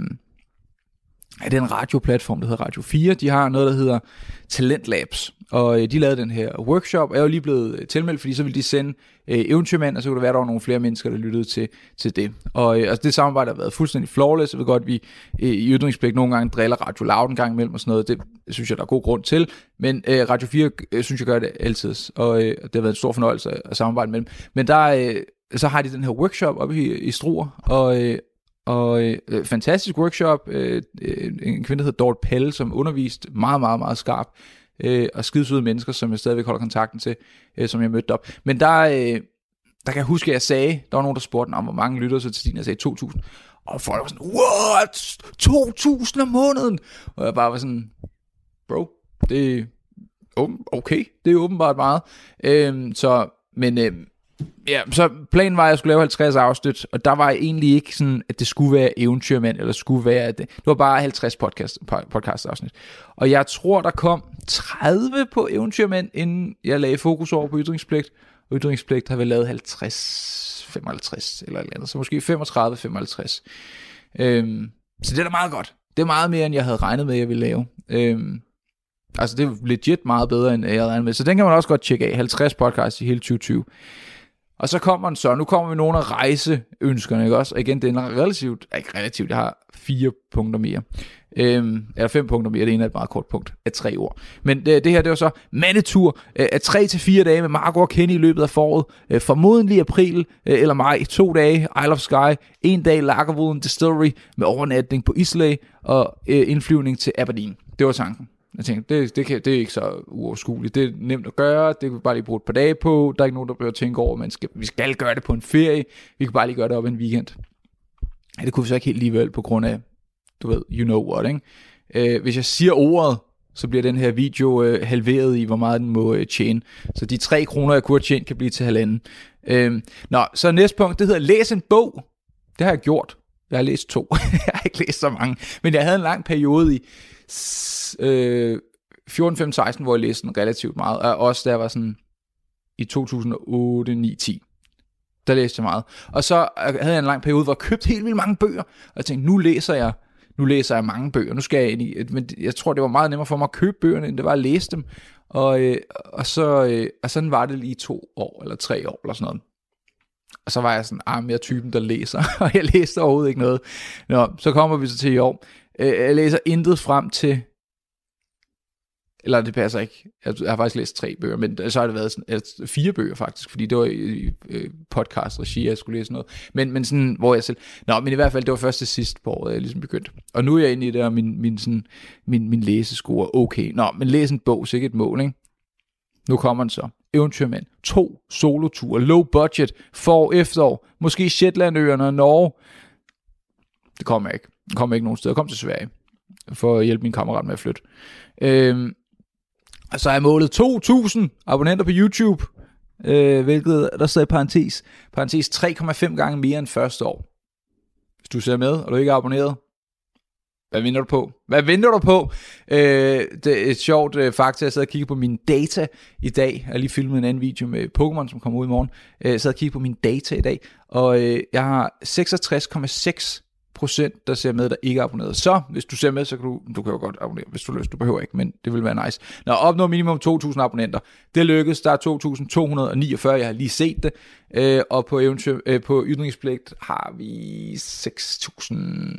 af den radioplatform, der hedder Radio fire. De har noget, der hedder Talent Labs, og øh, de lavede den her workshop, og jeg er jo lige blevet tilmeldt, fordi så ville de sende øh, eventyrmænd, og så kunne der være, der var nogle flere mennesker, der lyttede til, til det. Og øh, altså, det samarbejde har været fuldstændig flawless. Jeg ved godt, at vi øh, i ytringspligt nogle gange driller Radio Loud en gang imellem og sådan noget. Det synes jeg, der er god grund til. Men øh, Radio fire, øh, synes jeg, gør det altid, og øh, det har været en stor fornøjelse at, at samarbejde med dem. Men der, øh, så har de den her workshop oppe i, i Struer, og... Øh, Og øh, fantastisk workshop, øh, en kvinde, der hedder Dorte Pelle, som underviste meget, meget, meget skarpt, øh, og skidesøde mennesker, som jeg stadigvæk holder kontakten til, øh, som jeg mødte op. Men der, øh, der kan jeg huske, at jeg sagde, der var nogen, der spurgte om, hvor mange lytter så til din, jeg sagde to tusind, og folk var sådan, what, to tusind om måneden? Og jeg bare var sådan, bro, det er okay, det er åbenbart meget. Øh, så, men... Øh, Ja, så planen var, at jeg skulle lave halvtreds afsnit, og der var egentlig ikke sådan, at det skulle være Eventyrmand, eller skulle være det. Det var bare halvtreds podcast, podcast afsnit. Og jeg tror, der kom tredive på Eventyrmand, inden jeg lagde fokus over på ytringspligt. Og ytringspligt har vi lavet halvtreds, femoghalvtreds eller et eller andet, så måske femogtredive, femoghalvtreds. Øhm, så det er da meget godt. Det er meget mere, end jeg havde regnet med, at jeg ville lave. Øhm, altså, det er legit meget bedre, end jeg havde regnet med. Så den kan man også godt tjekke af. halvtreds podcasts i hele tyve tyve. Og så kommer den så, nu kommer vi nogle af rejseønskerne, ikke også? Og igen, det er relativt, ikke relativt, jeg har fire punkter mere. Øhm, eller fem punkter mere, det ene er et meget kort punkt af tre ord. Men det, det her, det var så mandetur øh, af tre til fire dage med Marco og Kenny i løbet af foråret. Øh, formodentlig april øh, eller maj, to dage Isle of Skye, en dag Lagavulin Distillery med overnatning på Islay og øh, indflyvning til Aberdeen. Det var tanken. Jeg tænkte, det, det, kan, det er ikke så uoverskueligt. Det er nemt at gøre. Det kan vi bare lige bruge et par dage på. Der er ikke nogen, der behøver at tænke over, man skal, vi skal gøre det på en ferie. Vi kan bare lige gøre det op en weekend. Ja, det kunne vi så ikke helt alligevel på grund af, du ved, you know what, ikke? Øh, hvis jeg siger ordet, så bliver den her video øh, halveret i, hvor meget den må øh, tjene. Så de tre kroner, jeg kunne have tjent, kan blive til halvanden. Øh, nå, så næste punkt, det hedder læs en bog. Det har jeg gjort. Jeg har læst to. Jeg har ikke læst så mange. Men jeg havde en lang periode i øh, fjorten, femten, seksten, hvor jeg læste den relativt meget. Og også da jeg var sådan i to tusind og otte, ni, ti. Der læste jeg meget. Og så havde jeg en lang periode, hvor jeg købte helt vildt mange bøger. Og jeg tænkte, nu læser jeg, nu læser jeg mange bøger. Nu skal jeg ind i, men jeg tror, det var meget nemmere for mig at købe bøgerne, end det var at læse dem. Og, øh, og, så, øh, og sådan var det lige to år, eller tre år, eller sådan noget. Og så var jeg sådan, ah, jeg er typen, der læser. Og jeg læste overhovedet ikke noget. Nå, så kommer vi så til i år. Jeg læser intet frem til, eller det passer ikke, jeg har faktisk læst tre bøger, men så har det været sådan, fire bøger faktisk, fordi det var i podcast-regi, jeg skulle læse noget, men, men sådan, hvor jeg selv, nå, men i hvert fald, det var først til sidst på året, jeg ligesom begyndte, og nu er jeg inde i det, og min, min, sådan, min, min læsescore, okay, nå, men læs en bog, så ikke et mål, ikke? Nu kommer den så, Eventyrmand, to soloture, low budget, for efterår, måske Shetlandøerne og Norge, det kommer ikke. Jeg kom ikke nogen steder. Jeg kom til Sverige for at hjælpe min kammerat med at flytte. Øhm, og så har jeg målet to tusind abonnenter på YouTube, øh, hvilket der står i parentes. Parentes tre komma fem gange mere end første år. Hvis du ser med, og du ikke er abonneret, hvad venter du på? Hvad venter du på? Øh, det er et sjovt øh, fakta. Jeg sad og kiggede på mine data i dag. Jeg har lige filmet en anden video med Pokémon, som kommer ud i morgen. Øh, jeg sad og kiggede på mine data i dag, og øh, jeg har seksogtres komma seks procent, der ser med, der ikke er abonneret. Så, hvis du ser med, så kan du, du kan jo godt abonnere, hvis du lyst, du behøver ikke, men det vil være nice. Når opnå minimum to tusind abonnenter, det lykkedes, der er to tusind to hundrede niogfyrre, jeg har lige set det, øh, og på, eventyr, øh, på ytringspligt har vi seks tusind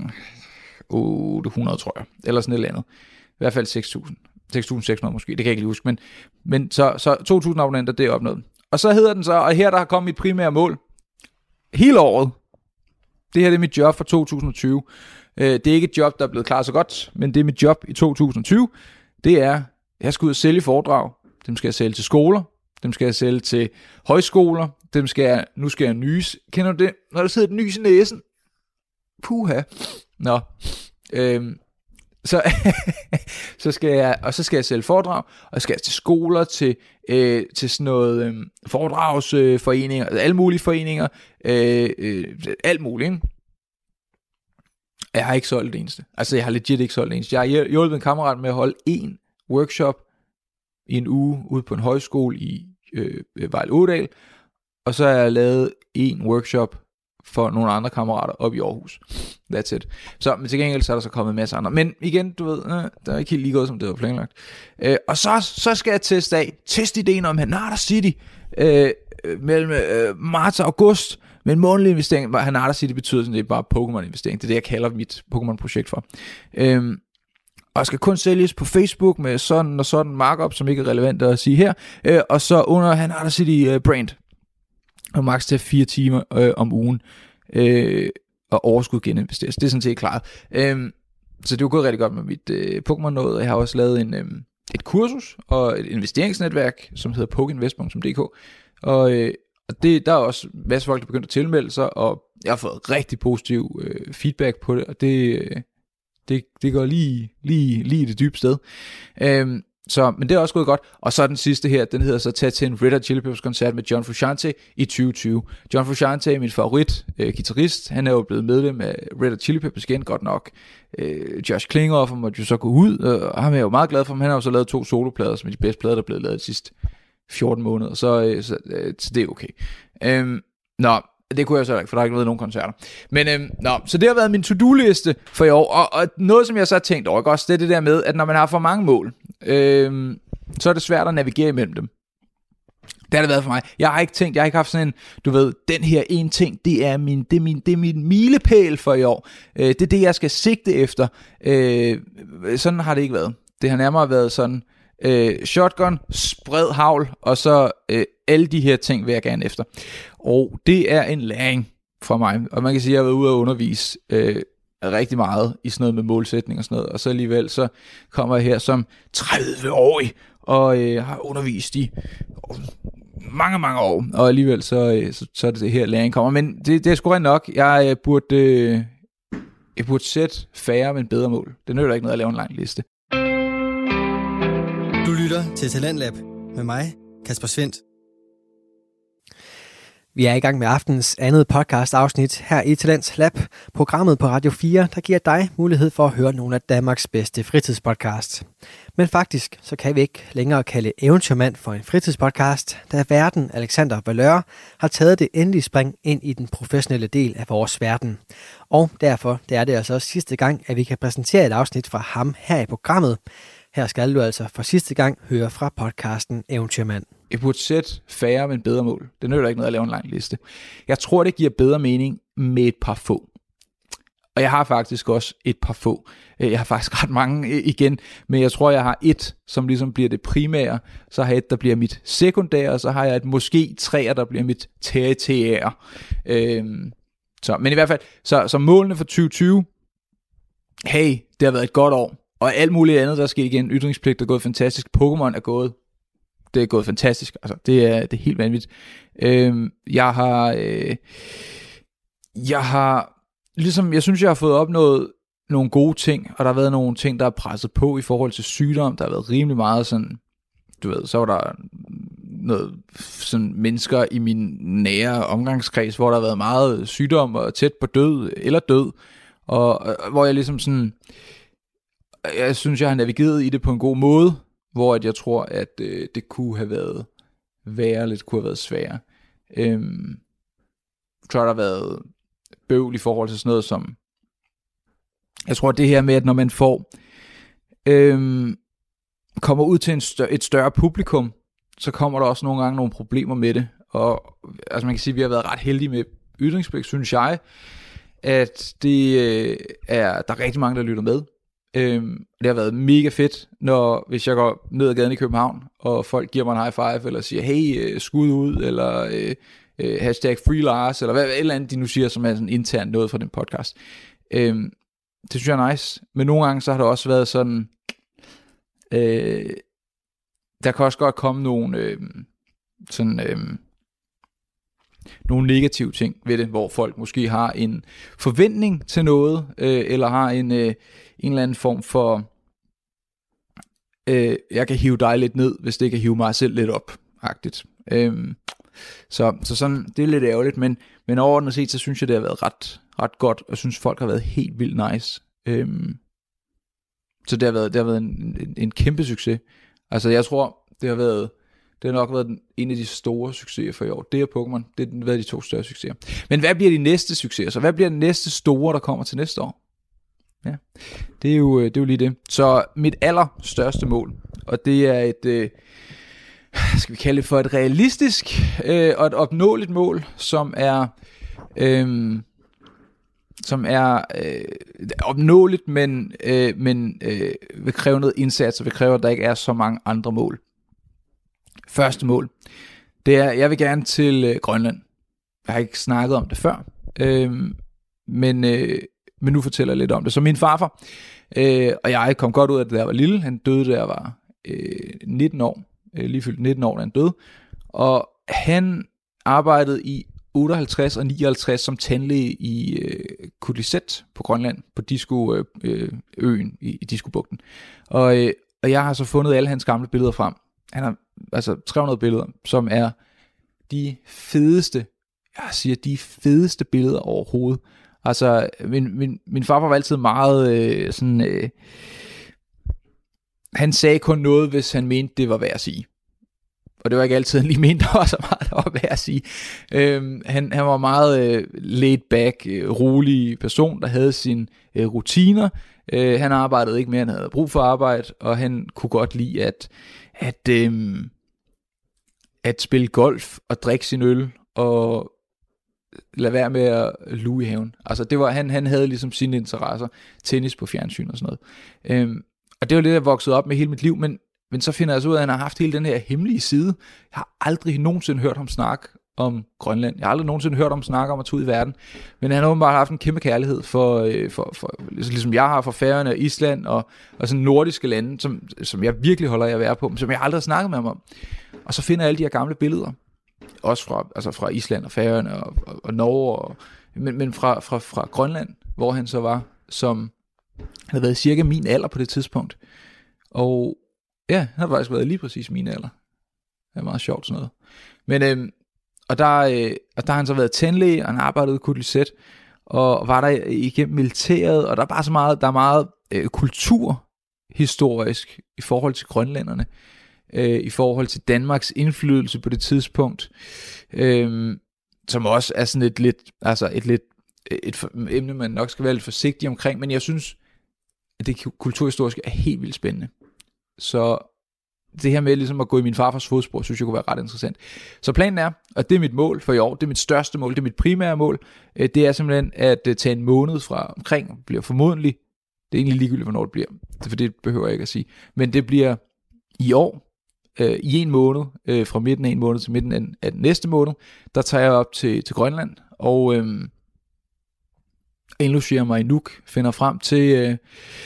otte hundrede, tror jeg, eller sådan et eller andet. I hvert fald seks tusind, seks tusind seks hundrede måske, det kan jeg ikke lige huske, men, men så, så to tusind abonnenter, det er opnået. Og så hedder den så, og her der har kommet mit primære mål, hele året. Det her det er mit job for to tusind og tyve. Det er ikke et job, der er blevet klaret så godt, men det er mit job i to tusind og tyve. Det er, jeg skal ud og sælge foredrag. Dem skal jeg sælge til skoler. Dem skal jeg sælge til højskoler. Dem skal jeg, nu skal jeg nys. Kender du det? Når der sidder et nys i næsen. Puha. Nå. Øhm. Så, så skal jeg, og så skal jeg sælge foredrag, og skal jeg til skoler, til, øh, til sådan noget øh, foredragsforeninger, øh, alle mulige foreninger, øh, øh, alt muligt. Ikke? Jeg har ikke solgt det eneste. Altså, jeg har legit ikke solgt det eneste. Jeg har hjulpet en kammerat med at holde en workshop i en uge ude på en højskole i øh, Vejle Ådal, og så har jeg lavet en workshop for nogle andre kammerater op i Aarhus. That's it. Så, men til gengæld så er der så kommet en masse andre. Men igen, du ved, øh, der er ikke helt lige gået, som det var planlagt. Øh, og så, så skal jeg teste af, teste ideen om Hanada City, øh, mellem øh, marts og august, med en månedlig investering. Hanada City betyder sådan, det er bare Pokémon-investering. Det er det, jeg kalder mit Pokémon-projekt for. Øh, og skal kun sælges på Facebook med sådan og sådan markup, som ikke er relevant at sige her. Øh, og så under Hanada City øh, brand. Og maks til fire timer øh, om ugen. Øh, og overskud geninvesteres. Det er sådan set klart. Øh, så det er jo gået rigtig godt med mit øh, Pokémon-noget. Jeg har også lavet en, øh, et kursus og et investeringsnetværk, som hedder pokinvest punktum d k. Og, øh, og det, der er også en masse folk, der begynder at tilmelde sig, og jeg har fået rigtig positiv øh, feedback på det, og det, øh, det, det går lige, lige, lige i det dybe sted. Øh, Så, men det er også gået godt. Og så den sidste her, den hedder så Tag til en Red Hot Chili Peppers koncert med John Frusciante i tyve tyve. John Frusciante er min favorit øh, guitarist. Han er jo blevet medlem af Red Hot Chili Peppers igen, godt nok. Øh, Josh Klinghoffer måtte jo så gå ud, og ham er jeg jo meget glad for, men han har jo så lavet to soloplader, som er de bedste plader, der er blevet lavet de sidste fjorten måneder, så, øh, så, øh, så det er okay. Øh, nå, det kunne jeg så ikke, for der har ikke været nogen koncerter. Men øhm, nå, så det har været min to-do-liste for i år, og, og noget, som jeg så har tænkt over, ikke også, det er det der med, at når man har for mange mål, øhm, så er det svært at navigere imellem dem. Det har det været for mig. Jeg har ikke tænkt, jeg har ikke haft sådan en, du ved, den her en ting, det er min, det er min, det er min milepæl for i år. Øh, det er det, jeg skal sigte efter. Øh, sådan har det ikke været. Det har nærmere været sådan, øh, shotgun, spred havl, og så øh, alle de her ting vil jeg gerne efter. Og det er en læring fra mig. Og man kan sige, at jeg har været ude og undervise øh, rigtig meget i sådan noget med målsætning og sådan noget. Og så alligevel så kommer jeg her som tredive-årig og øh, har undervist i mange, mange år. Og alligevel så, øh, så, så er det det her læring kommer. Men det, det er sgu rent nok. Jeg øh, burde, øh, jeg burde sætte færre, men bedre mål. Det nytter ikke noget at lave en lang liste. Du lytter til Talentlab med mig, Kasper Svendt. Vi er i gang med aftens andet podcast-afsnit her i Talents Lab, programmet på Radio fire, der giver dig mulighed for at høre nogle af Danmarks bedste fritidspodcasts. Men faktisk så kan vi ikke længere kalde Eventyrmand for en fritidspodcast, da værten Alexander Valeur har taget det endelige spring ind i den professionelle del af vores verden. Og derfor det er det altså også sidste gang, at vi kan præsentere et afsnit fra ham her i programmet. Her skal du altså for sidste gang høre fra podcasten Eventyrmand. Jeg burde sætte færre, men bedre mål. Det nytter ikke noget at lave en lang liste. Jeg tror, det giver bedre mening med et par få. Og jeg har faktisk også et par få. Jeg har faktisk ret mange igen, men jeg tror, jeg har et, som ligesom bliver det primære. Så har jeg et, der bliver mit sekundære, og så har jeg et måske tre, der bliver mit tertiære. Øhm, så, men i hvert fald, så, så målene for tyve tyve, hey, det har været et godt år. Og alt muligt andet, der er sket igen. Ytringspligt er gået fantastisk. Pokémon er gået. Det er gået fantastisk. Altså, det er, det er helt vanvittigt. Øhm, jeg har... Øh, jeg har... Ligesom, jeg synes, jeg har fået opnået nogle gode ting, og der har været nogle ting, der er presset på i forhold til sygdom. Der har været rimelig meget sådan... Du ved, så var der noget sådan mennesker i min nære omgangskreds, hvor der har været meget sygdom og tæt på død eller død. Og, og hvor jeg ligesom sådan... Jeg synes, jeg har navigeret i det på en god måde, hvor at jeg tror, at øh, det kunne have været værre, lidt kunne have været sværere. Øhm, jeg tror, der har været bøvl i forhold til sådan noget som... Jeg tror, det her med, at når man får... Øhm, kommer ud til en større, et større publikum, så kommer der også nogle gange nogle problemer med det. Og altså man kan sige, at vi har været ret heldige med ytringspligt, synes jeg, at det øh, er, der er rigtig mange, der lytter med. Øhm, det har været mega fedt, når hvis jeg går ned ad gaden i København, og folk giver mig en high five, eller siger, hey, skud ud, eller øh, øh, hashtag free Lars, eller hvad, hvad eller andet de nu siger, som er sådan internt noget fra den podcast. Øhm, det synes jeg er nice, men nogle gange så har det også været sådan, øh, der kan også godt komme nogle øh, sådan øh, nogle negative ting ved det, hvor folk måske har en forventning til noget, øh, eller har en øh, en eller anden form for, øh, jeg kan hive dig lidt ned, hvis det kan hive mig selv lidt op-agtigt. Øhm, så, så sådan, det er lidt ærgerligt, men, men overordnet set, så synes jeg, det har været ret, ret godt, og jeg synes, folk har været helt vildt nice. Øhm, så det har været, det har været en, en, en kæmpe succes. Altså, jeg tror, det har været, det har nok været den, en af de store succeser for i år. Det er Pokémon, det har været de to større succeser. Men hvad bliver de næste succeser? Så hvad bliver den næste store, der kommer til næste år? Ja, det er, jo, det er jo lige det. Så mit allerstørste mål, og det er et, øh, skal vi kalde det for et realistisk øh, og et opnåeligt mål, som er, øh, som er øh, opnåeligt, men, øh, men øh, vil kræve noget indsats, og vil kræve, at der ikke er så mange andre mål. Første mål, det er, jeg vil gerne til øh, Grønland. Jeg har ikke snakket om det før, øh, men... Øh, Men nu fortæller jeg lidt om det. Så min farfar øh, og jeg kom godt ud af det, da jeg var lille. Han døde, da jeg var øh, nitten år. Øh, lige fyldt nitten år, da han døde. Og han arbejdede i otteoghalvtreds og nioghalvtreds som tandlæge i øh, Kulisæt på Grønland, på Disko øh, øen i, i Diskobugten. Og, øh, og jeg har så fundet alle hans gamle billeder frem. Han har altså tre hundrede billeder, som er de fedeste, jeg siger de fedeste billeder overhovedet. Altså, min, min, min far var altid meget øh, sådan, øh, han sagde kun noget, hvis han mente, det var værd at sige. Og det var ikke altid, han lige mente, der var så meget, der var værd at sige. Øhm, han, han var meget øh, laid back, øh, rolig person, der havde sine øh, rutiner. Øh, han arbejdede ikke mere, end han havde brug for arbejde, og han kunne godt lide at, at, øh, at spille golf og drikke sin øl, og lade være med at luge i haven. Altså, det var, han, han havde ligesom sine interesser, tennis på fjernsyn og sådan noget. Øhm, og det var det, jeg voksede op med hele mit liv, men Men så finder jeg så ud af, at han har haft hele den her hemmelige side. Jeg har aldrig nogensinde hørt ham snakke om Grønland. Jeg har aldrig nogensinde hørt ham snakke om at tage ud i verden. Men han har åbenbart haft en kæmpe kærlighed for, for, for ligesom jeg har for Færøerne og Island og, og sådan nordiske lande, som, som jeg virkelig holder af at være på, men som jeg aldrig har snakket med ham om. Og så finder jeg alle de her gamle billeder. Også fra, altså fra Island og Færøerne og, og, og Norge, og, men, men fra, fra, fra Grønland, hvor han så var, som han havde været cirka min alder på det tidspunkt. Og ja, han har faktisk været lige præcis min alder. Det er meget sjovt sådan noget. Men, øhm, og, der, øh, og der har han så været tandlæge, og han arbejdede i Kutlitset, og var der igennem militæret, og der er bare så meget, der er meget øh, kulturhistorisk i forhold til grønlænderne, øh, i forhold til Danmarks indflydelse på det tidspunkt, øh, som også er sådan et lidt, altså et lidt, et emne, man nok skal være lidt forsigtig omkring, men jeg synes, at det kulturhistoriske er helt vildt spændende. Så det her med ligesom at gå i min farfars fodspor, synes jeg kunne være ret interessant. Så planen er, og det er mit mål for i år, det er mit største mål, det er mit primære mål, det er simpelthen at tage en måned fra omkring, bliver formodentlig, det er egentlig ligegyldigt, hvornår det bliver, for det behøver jeg ikke at sige, men det bliver i år, øh, i en måned, øh, fra midten af en måned til midten af, af den næste måned, der tager jeg op til, til Grønland, og øh, indlogerer mig i Nuuk, finder frem til øh,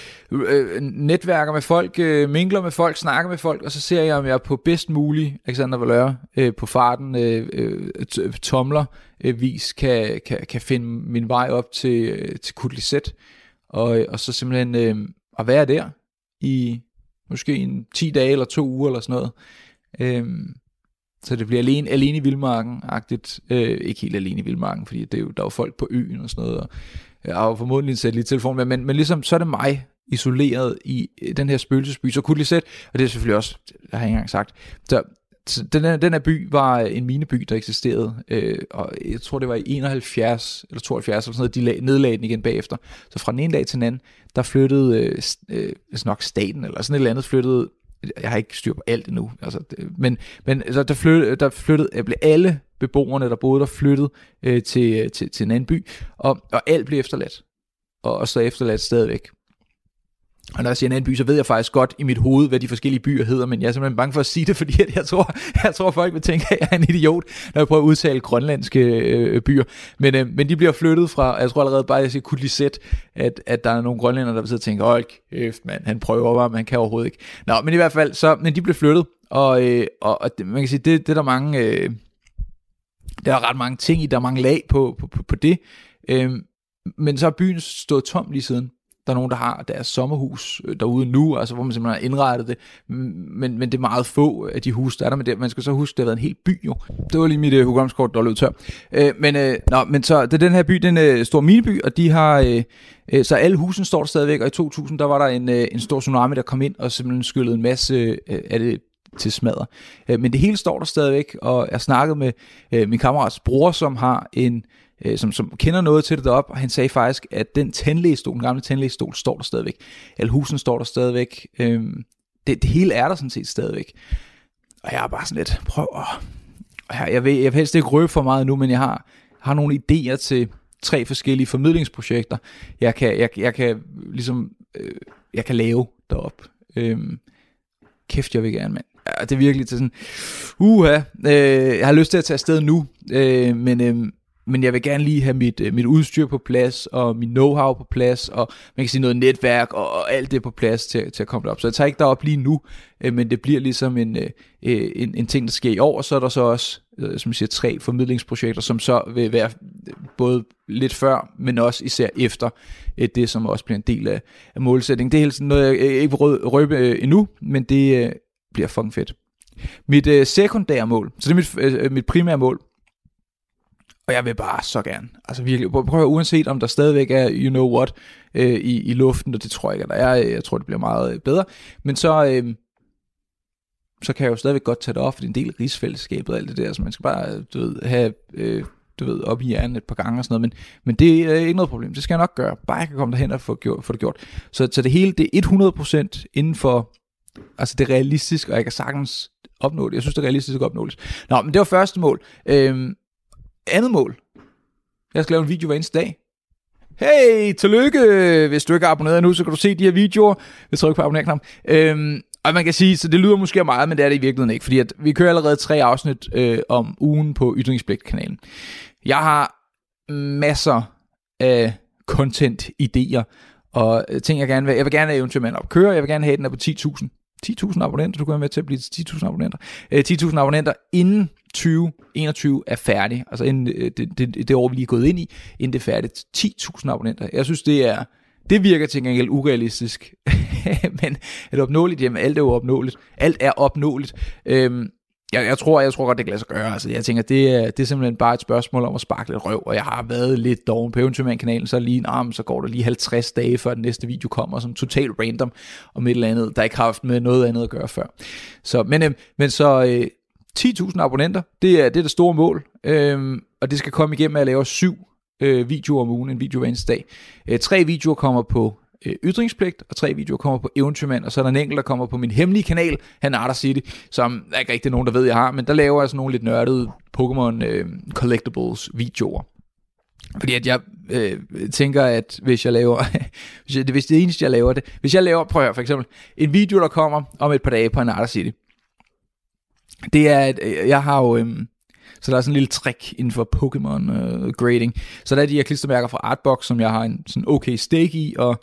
netværker med folk, øh, mingler med folk, snakker med folk, og så ser jeg, om jeg på bedst mulig Alexander Valeur øh, på farten øh, øh, tomler øh, vis kan, kan, kan finde min vej op til, øh, til Kutlitset, og, og så simpelthen øh, at være der i måske en ti dage eller to uger eller sådan noget. Øh, så det bliver alene, alene i vildmarken-agtigt. Øh, ikke helt alene i vildmarken, fordi det er jo, der er jo folk på øen og sådan noget, og jeg har jo formodentlig en satellittelefon med, men, men ligesom så er det mig, isoleret i den her spøgelsesby, så Kutlitset, og det er selvfølgelig også, jeg har ikke engang sagt, så, så den, den her by var en mineby, der eksisterede, øh, og jeg tror, det var i enoghalvfjerds eller tooghalvfjerds, eller sådan noget, de lag, nedlagde den igen bagefter. Så fra den ene dag til den anden, der flyttede øh, øh, nok staten, eller sådan et eller andet flyttede, jeg har ikke styr på alt endnu, altså, det, men, men altså, der, flyttede, der flyttede, blev alle beboerne, der boede der, flyttet øh, til, til, til en anden by, og, og alt blev efterladt, og, og så efterladt stadigvæk. Og når jeg siger en anden by, så ved jeg faktisk godt i mit hoved, hvad de forskellige byer hedder, men jeg er simpelthen bange for at sige det, fordi jeg tror, jeg tror folk vil tænke, at jeg er en idiot, når jeg prøver at udtale grønlandske øh, byer. Men, øh, men de bliver flyttet fra, jeg tror allerede bare, at jeg siger Kutlitset, at, at der er nogle grønlænder, der vil sidde og tænke, hold kæft mand, han prøver bare, men han kan overhovedet ikke. Nå, men i hvert fald, så, men de bliver flyttet, og, øh, og, og man kan sige, det, det er der mange, øh, der er ret mange ting i, der er mange lag på, på, på, på det, øh, men så har byen stået tom lige siden. Der er nogen, der har deres sommerhus derude nu, altså hvor man simpelthen har indrettet det, men, men det er meget få af de huse, der er der, men det, man skal så huske, det har været en hel by jo. Det var lige mit uh, hukommelseskort, der løb tør. Uh, men, uh, nå, men så det er den her by, den er uh, stor mineby, og de har, uh, uh, så alle husene står der stadigvæk, og i to tusind, der var der en, uh, en stor tsunami, der kom ind og simpelthen skyllede en masse uh, af det til smadre. Uh, men det hele står der stadigvæk, og jeg snakkede med uh, min kammerats bror, som har en Som, som kender noget til det deroppe, og han sagde faktisk, at den tandlægestol, den gamle tandlægestol, står der stadigvæk. Alle husene står der stadigvæk. Øhm, det, det hele er der sådan set stadigvæk. Og jeg er bare sådan lidt, prøv at... Jeg, jeg, vil, jeg vil helst ikke røbe for meget nu, men jeg har, har nogle idéer til tre forskellige formidlingsprojekter, jeg kan, jeg, jeg kan ligesom, øh, jeg kan lave deroppe. Øhm, kæft, jeg vil gerne, mand. Ja, det er virkelig til sådan, uha, øh, jeg har lyst til at tage afsted nu, øh, men... Øh, Men jeg vil gerne lige have mit, mit udstyr på plads, og min know-how på plads, og man kan sige noget netværk, og, og alt det på plads til, til at komme derop. Så jeg tager ikke derop lige nu, øh, men det bliver ligesom en, øh, en, en ting, der sker i år, og så er der så også øh, som jeg siger, tre formidlingsprojekter, som så vil være både lidt før, men også især efter øh, det, som også bliver en del af, af målsætningen. Det er helt sådan noget, jeg ikke vil røbe øh, endnu, men det øh, bliver fucking fedt. Mit øh, sekundære mål, så det er mit, øh, mit primære mål, og jeg vil bare så gerne, altså virkelig, prøv at uanset om der stadigvæk er you know what øh, i, i luften, og det tror jeg ikke, at der er, jeg tror det bliver meget bedre, men så, øh, så kan jeg jo stadigvæk godt tage det op, for det er en del af rigsfællesskabet og alt det der, så man skal bare, du ved, have, øh, du ved, op i hjernen et par gange og sådan noget, men, men det er ikke noget problem, det skal jeg nok gøre, bare jeg kan komme derhen og få, gjort, få det gjort, så, så det hele, det er hundrede procent inden for, altså det er realistisk, og jeg kan sagtens opnå det, jeg synes det er realistisk at opnå det. Nå, men det var første mål. øh, Andet mål. Jeg skal lave en video hver eneste dag. Hey, tillykke! Hvis du ikke er abonneret endnu, så kan du se de her videoer. Jeg trykker på abonner-knappen. Øhm, og man kan sige, så det lyder måske meget, men det er det i virkeligheden ikke. Fordi at vi kører allerede tre afsnit øh, om ugen på Ytringspligt-kanalen. Jeg har masser af content-idéer og ting, jeg gerne vil. Jeg vil gerne have Eventyrmand op køre. Jeg vil gerne have den der på ti tusind. ti tusind abonnenter, du kan være med til at blive til ti tusind abonnenter. Øh, ti tusind abonnenter inden tyve enogtyve er færdig. Altså inden det, det, det år, vi lige er gået ind i, inden det er færdigt. ti tusind abonnenter. Jeg synes, det er det virker til gengæld urealistisk. Men er det opnåeligt? Jamen, alt er jo opnåeligt. Alt er opnåeligt. Øhm, jeg, jeg, tror, jeg tror godt, det kan lade sig gøre. Altså, jeg tænker, det er, det er simpelthen bare et spørgsmål om at sparke lidt røv, og jeg har været lidt doven på Eventyrmand-kanalen, så lige nah, så går der lige halvtreds dage, før den næste video kommer, som totalt random, om et eller andet, der ikke har haft med noget andet at gøre før. Så, men, øh, men så øh, ti tusind abonnenter, det er det, er det store mål, øh, og det skal komme igennem, at jeg laver syv øh, videoer om ugen, en video hver eneste dag. Øh, tre videoer kommer på øh, Ytringspligt, og tre videoer kommer på Eventyrmand, og så er der en enkelt, der kommer på min hemmelige kanal, Hanarder City, som der er ikke rigtig nogen, der ved, jeg har, men der laver jeg sådan nogle lidt nørdede Pokémon øh, Collectibles videoer. Fordi at jeg øh, tænker, at hvis jeg laver, hvis, jeg, hvis det er eneste, jeg laver det, hvis jeg laver, prøv at høre, for eksempel, en video, der kommer om et par dage på Hanarder City, det er, at øh, jeg har jo, øh, så der er sådan en lille trick inden for Pokémon øh, grading, så der er de her klistermærker fra Artbox, som jeg har en sådan okay stake i, og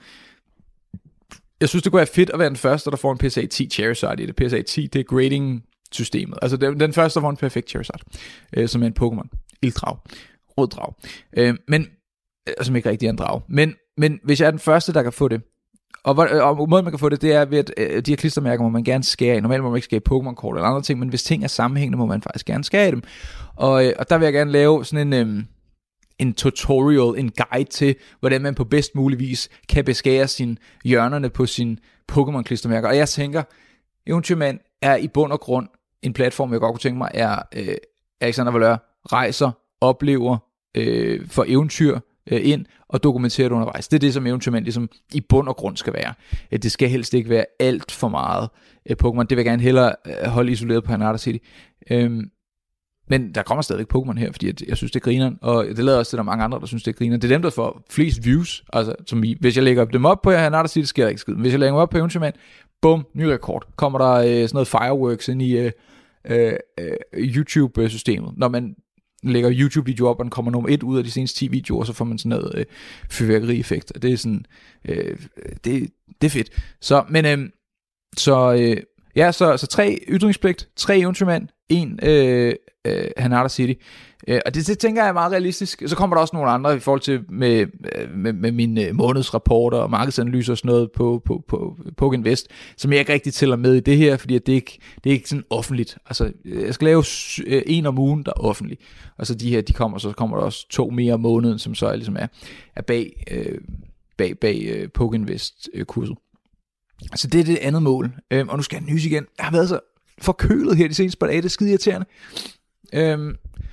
jeg synes, det kunne være fedt at være den første, der får en P S A ti Charizard i det. P S A ti, det er grading-systemet. Altså den, den første, der får en perfekt Charizard, øh, som er en Pokémon. Ilddrag. Rød drag. Øh, men, øh, som ikke rigtig er en drag. Men, men hvis jeg er den første, der kan få det, og, hvor, og måden man kan få det, det er ved, at øh, de her klistermærker må man gerne skære i. Normalt må man ikke skære Pokémon-kort eller andre ting, men hvis ting er sammenhængende, må man faktisk gerne skære dem. Og, øh, og der vil jeg gerne lave sådan en... Øh, en tutorial, en guide til, hvordan man på bedst mulig vis kan beskære sine hjørnerne på sine Pokémon-klistermærker. Og jeg tænker, Eventyrmand er i bund og grund en platform, jeg godt kunne tænke mig, er øh, Alexander Valør rejser, oplever, øh, får eventyr øh, ind og dokumenterer det undervejs. Det er det, som Eventyrmand ligesom i bund og grund skal være. Det skal helst ikke være alt for meget øh, Pokémon. Det vil jeg gerne hellere øh, holde isoleret på Hanarder City. Øhm, Men der kommer stadigvæk Pokémon her, fordi jeg synes, det griner, og det lader også til, at der er mange andre, der synes, det griner. Det er dem, der får flest views, altså som I, hvis jeg lægger dem op på Hanarder City, sker der ikke skid. Hvis jeg lægger dem op på Eventyrmand, bum, ny rekord. Kommer der øh, sådan noget fireworks ind i øh, øh, YouTube-systemet. Når man lægger YouTube-video op, og den kommer nummer et ud af de seneste ti videoer, så får man sådan noget øh, fyrværkeri-effekt, og det er sådan, øh, det, det er fedt. Så, men, øh, så, øh, ja, så, så tre Ytringspligt, tre Eventyrmand, en øh, øh, Hanarder City, øh, og det, det tænker jeg er meget realistisk. Så kommer der også nogle andre i forhold til med, med, med mine månedsrapporter og markedsanalyser og sådan noget på, på, på, på Poginvest, som jeg ikke rigtig tæller med i det her, fordi det er ikke, det er ikke sådan offentligt. Altså, jeg skal lave en om ugen, der er offentlig, og så de her, de kommer, så kommer der også to mere om måneden, som så er, ligesom er, er bag, øh, bag, bag øh, Poginvest-kurset. Så det er det andet mål, øh, og nu skal jeg nys igen. Jeg har været så forkølet her de seneste par dage, det er skide irriterende. Øhm,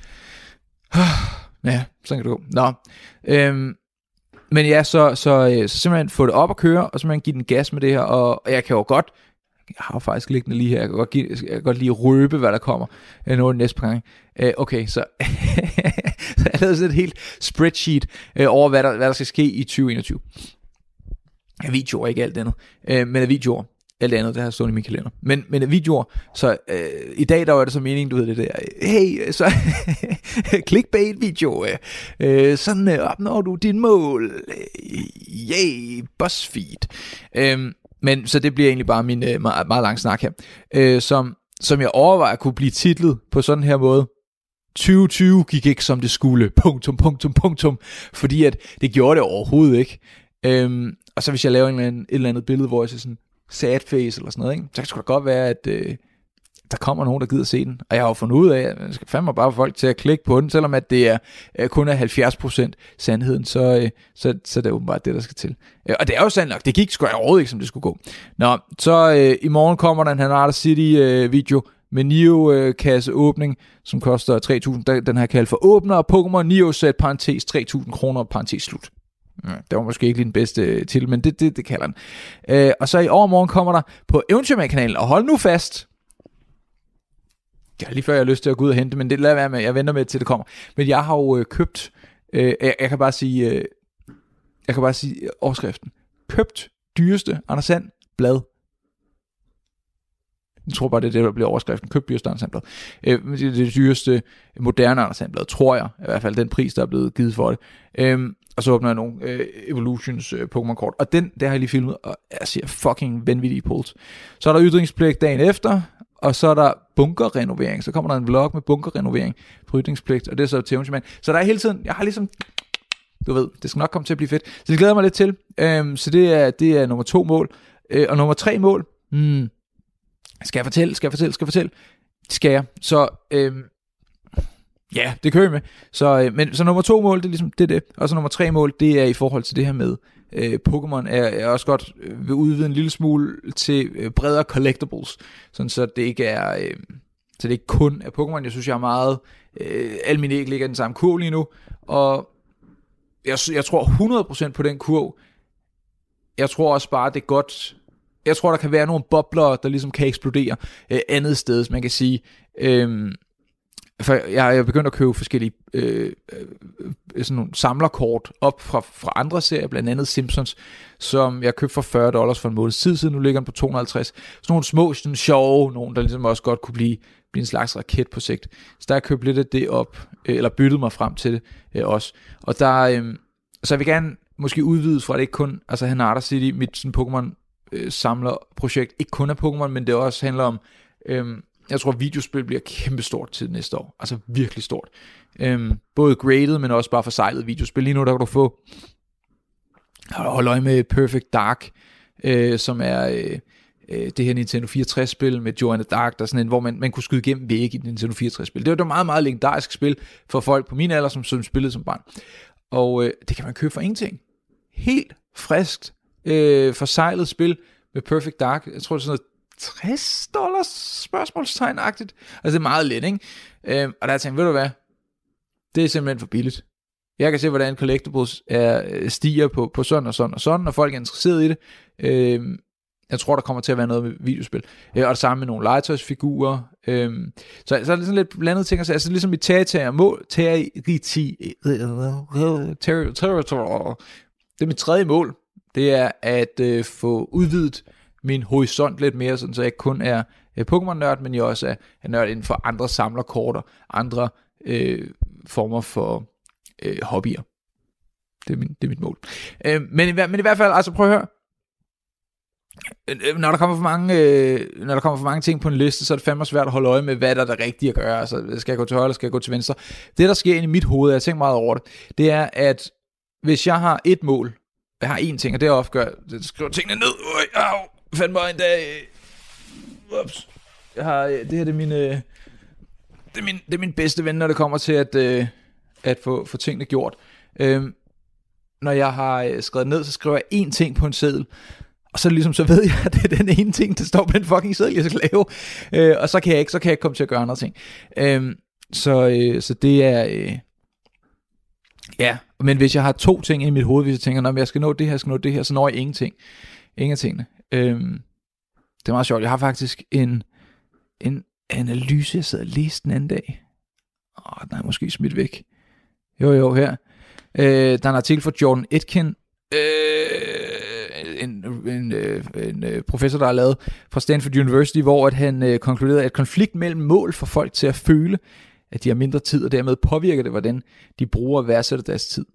ja, sådan kan det gå. Nå, øhm, men ja, så, så, så simpelthen få det op at køre, og simpelthen give den gas med det her, og jeg kan jo godt, jeg har jo faktisk liggende lige her, jeg kan godt, give, jeg kan godt lige røbe, hvad der kommer, øh, noget næste par gange. Øh, okay, så, så jeg lavede sådan et helt spreadsheet øh, over, hvad der, hvad der skal ske i tyve enogtyve. Af videoer, ikke alt andet, øh, men af videoer. Alt andet, det har stået i min kalender. Men, men videoer, så øh, i dag, der var det så meningen, du ved det der, hey, så clickbait-video, øh, sådan øh, opnår du din mål, yay, BuzzFeed. Øh, men så det bliver egentlig bare min øh, meget, meget lang snak her, øh, som, som jeg overvejer kunne blive titlet på sådan her måde, tyve tyve gik ikke som det skulle, punktum, punktum, punktum, fordi at det gjorde det overhovedet ikke. Øhm, og så hvis jeg laver en eller anden, et eller andet billede, hvor jeg ser sådan sad face eller sådan noget, ikke? Så kan det da godt være, at øh, der kommer nogen, der gider se den. Og jeg har jo fundet ud af, at jeg skal fandme bare få folk til at klikke på den, selvom at det er øh, kun er halvfjerds procent sandheden, så, øh, så, så det er åbenbart det, der skal til. Øh, og det er jo sandt nok, det gik sgu overhovedet ikke, som det skulle gå. Nå, så øh, i morgen kommer der en Hanada City øh, video med Neo-kasse åbning, som koster tre tusind. Den her kaldt for åbner, og Pokémon Neo-sæt, parentes tre tusind kroner, parentes slut. Ja, det var måske ikke lige den bedste til, men det, det, det kalder den. Øh, og så i overmorgen kommer der på Eventyrmand-kanalen, og hold nu fast. Det er lige før jeg har lyst til at gå ud og hente, men det lader være med, jeg venter med til det kommer. Men jeg har jo øh, købt, øh, jeg, jeg kan bare sige, øh, jeg kan bare sige overskriften. Købt dyreste Anders Sand blad. Jeg tror bare, det er det, der bliver overskriften. Købt dyreste Anders Sand blad. Øh, det er det dyreste moderne Anders Sand blad, tror jeg. I hvert fald den pris, der er blevet givet for det. Øh, og så åbner jeg nogle øh, Evolutions øh, Pokémon-kort. Og den, der har jeg lige filmet, og jeg siger fucking vanvittige pulls. Så er der ytringspligt dagen efter, og så er der bunkerrenovering. Så kommer der en vlog med bunkerrenovering på ytringspligt, og det er så til Eventyrmand. Så der er hele tiden, jeg har ligesom, du ved, det skal nok komme til at blive fedt. Så det glæder mig lidt til. Øhm, så det er, det er nummer to mål. Øh, og nummer tre mål, hmm, skal jeg fortælle, skal jeg fortælle, skal jeg fortælle? Skal jeg. Så, øhm, ja, det kører jeg med. Så, øh, men, så nummer to mål, det er ligesom det, det. Og så nummer tre mål, det er i forhold til det her med øh, Pokémon, er jeg også godt øh, vil udvide en lille smule til øh, bredere collectibles, sådan så det ikke er, øh, så det ikke kun er Pokémon. Jeg synes, jeg er meget, øh, alle mine æg ligger i den samme kurv lige nu, og jeg, jeg tror hundrede procent på den kurv. Jeg tror også bare, det er godt. Jeg tror, der kan være nogle bobler, der ligesom kan eksplodere øh, andet sted, man kan sige. Øh, For jeg er begyndt at købe forskellige øh, øh, sådan nogle samlerkort op fra, fra andre serier, blandt andet Simpsons, som jeg købte for fyrre dollars for en måned tid siden. Nu ligger den på to hundrede og halvtreds. Sådan nogle små, sådan sjove, nogle der ligesom også godt kunne blive, blive en slags raket på sigt. Så der har jeg købt lidt af det op, øh, eller byttet mig frem til det øh, også. Og der, øh, så jeg vil gerne måske udvide fra det ikke kun, altså Hanada City, mit sådan Pokémon øh, samlerprojekt, ikke kun af Pokémon, men det også handler om øh, jeg tror, videospil bliver kæmpestort til næste år. Altså virkelig stort. Øhm, både graded, men også bare forsejlet videospil. Lige nu, der kan du få hold øje med Perfect Dark, øh, som er øh, øh, det her Nintendo fireogtres-spil med Joe and the Dark, der er sådan en, hvor man, man kunne skyde igennem væg i Nintendo fireogtres-spil. Det var et meget, meget legendarisk spil for folk på min alder, som, som spillede som barn. Og øh, det kan man købe for ingenting. Helt friskt øh, forsejlet spil med Perfect Dark. Jeg tror, det er sådan noget tres dollars spørgsmålstegn-agtigt. Altså det er meget let, ikke? Øhm, og der har jeg tænkt, ved du hvad? Det er simpelthen for billigt. Jeg kan se, hvordan collectibles er, stiger på, på sådan og sådan og sådan, og folk er interesseret i det. Øhm, jeg tror, der kommer til at være noget med videospil. Øh, og det samme med nogle legetøjsfigurer. Øhm, så, så er det sådan lidt blandet ting. Altså ligesom i territorier mål, territorier, det er mit tredje mål. Det er at øh, få udvidet min horisont lidt mere, sådan så jeg ikke kun er øh, Pokémon-nørd, men jeg også er, er nørd inden for andre samlerkort og andre øh, former for øh, hobbyer. Det er, min, det er mit mål. Øh, men, i, men i hvert fald, altså prøv at høre. Når der kommer for mange, øh, når der kommer for mange ting på en liste, så er det fandme svært at holde øje med, hvad der er det rigtige at gøre. Altså, skal jeg gå til højre, eller skal jeg gå til venstre? Det, der sker inde i mit hoved, jeg har tænkt meget over det, det er, at hvis jeg har et mål, jeg har én ting, og det er ofte gør, det skriver tingene ned. Øj, au, fandt mig en dag. Ups. Jeg har, det her det er min, det er min, det er min bedste ven, når det kommer til at, at få, få tingene gjort. Øhm, når jeg har skrevet ned, så skriver jeg én ting på en seddel. Og så ligesom, så ved jeg, at det er den ene ting, der står på den fucking seddel, jeg skal lave. Øh, og så kan jeg ikke, så kan jeg ikke komme til at gøre andre ting. Øh, så, øh, så det er, øh, ja, men hvis jeg har to ting i mit hoved, hvis jeg tænker, når jeg skal nå det her, jeg skal nå det her, så når jeg ingenting. Ingen af tingene. Øh, det er meget sjovt. Jeg har faktisk en, en analyse, jeg sad og læste den anden dag. Åh, den er måske smidt væk. Jo, jo, her. Øh, der er en artikel fra Jordan Etkin, øh, en, en, en, en professor, der har lavet fra Stanford University, hvor at han øh, konkluderede, at konflikt mellem mål for folk til at føle, at de har mindre tid, og dermed påvirker det, hvordan de bruger og værdsætter deres tid.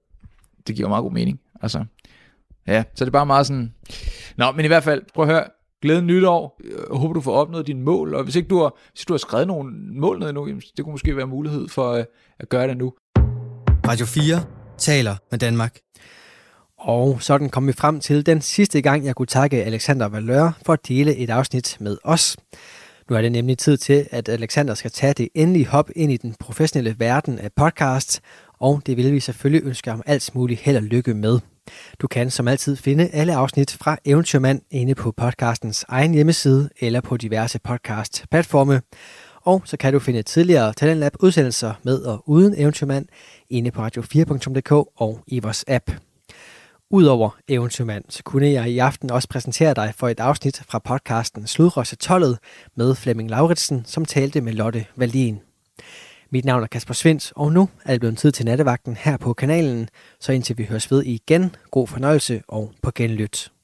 Det giver meget god mening. Altså, ja, så det er bare meget sådan... Nå, men i hvert fald, prøv at høre. Glæden nytår. Jeg håber, du får opnået dine mål, og hvis ikke du har, hvis du har skrevet nogle mål ned endnu, det kunne måske være mulighed for øh, at gøre det nu. Radio fire taler med Danmark. Og sådan kom vi frem til den sidste gang, jeg kunne takke Alexander Valeur for at dele et afsnit med os. Nu er det nemlig tid til, at Alexander skal tage det endelige hop ind i den professionelle verden af podcasts, og det vil vi selvfølgelig ønske ham alt muligt held og lykke med. Du kan som altid finde alle afsnit fra Eventyrmand inde på podcastens egen hjemmeside eller på diverse podcast-platforme. Og så kan du finde tidligere Talentlab udsendelser med og uden Eventyrmand inde på radio fire punktum d k og i vores app. Udover Eventyrmand, så kunne jeg i aften også præsentere dig for et afsnit fra podcasten Sludrøs til tolvet med Flemming Lauritsen, som talte med Lotte Wallin. Mit navn er Kasper Svindt, og nu er det blevet tid til nattevagten her på kanalen, så indtil vi høres ved igen, god fornøjelse og på genlyt.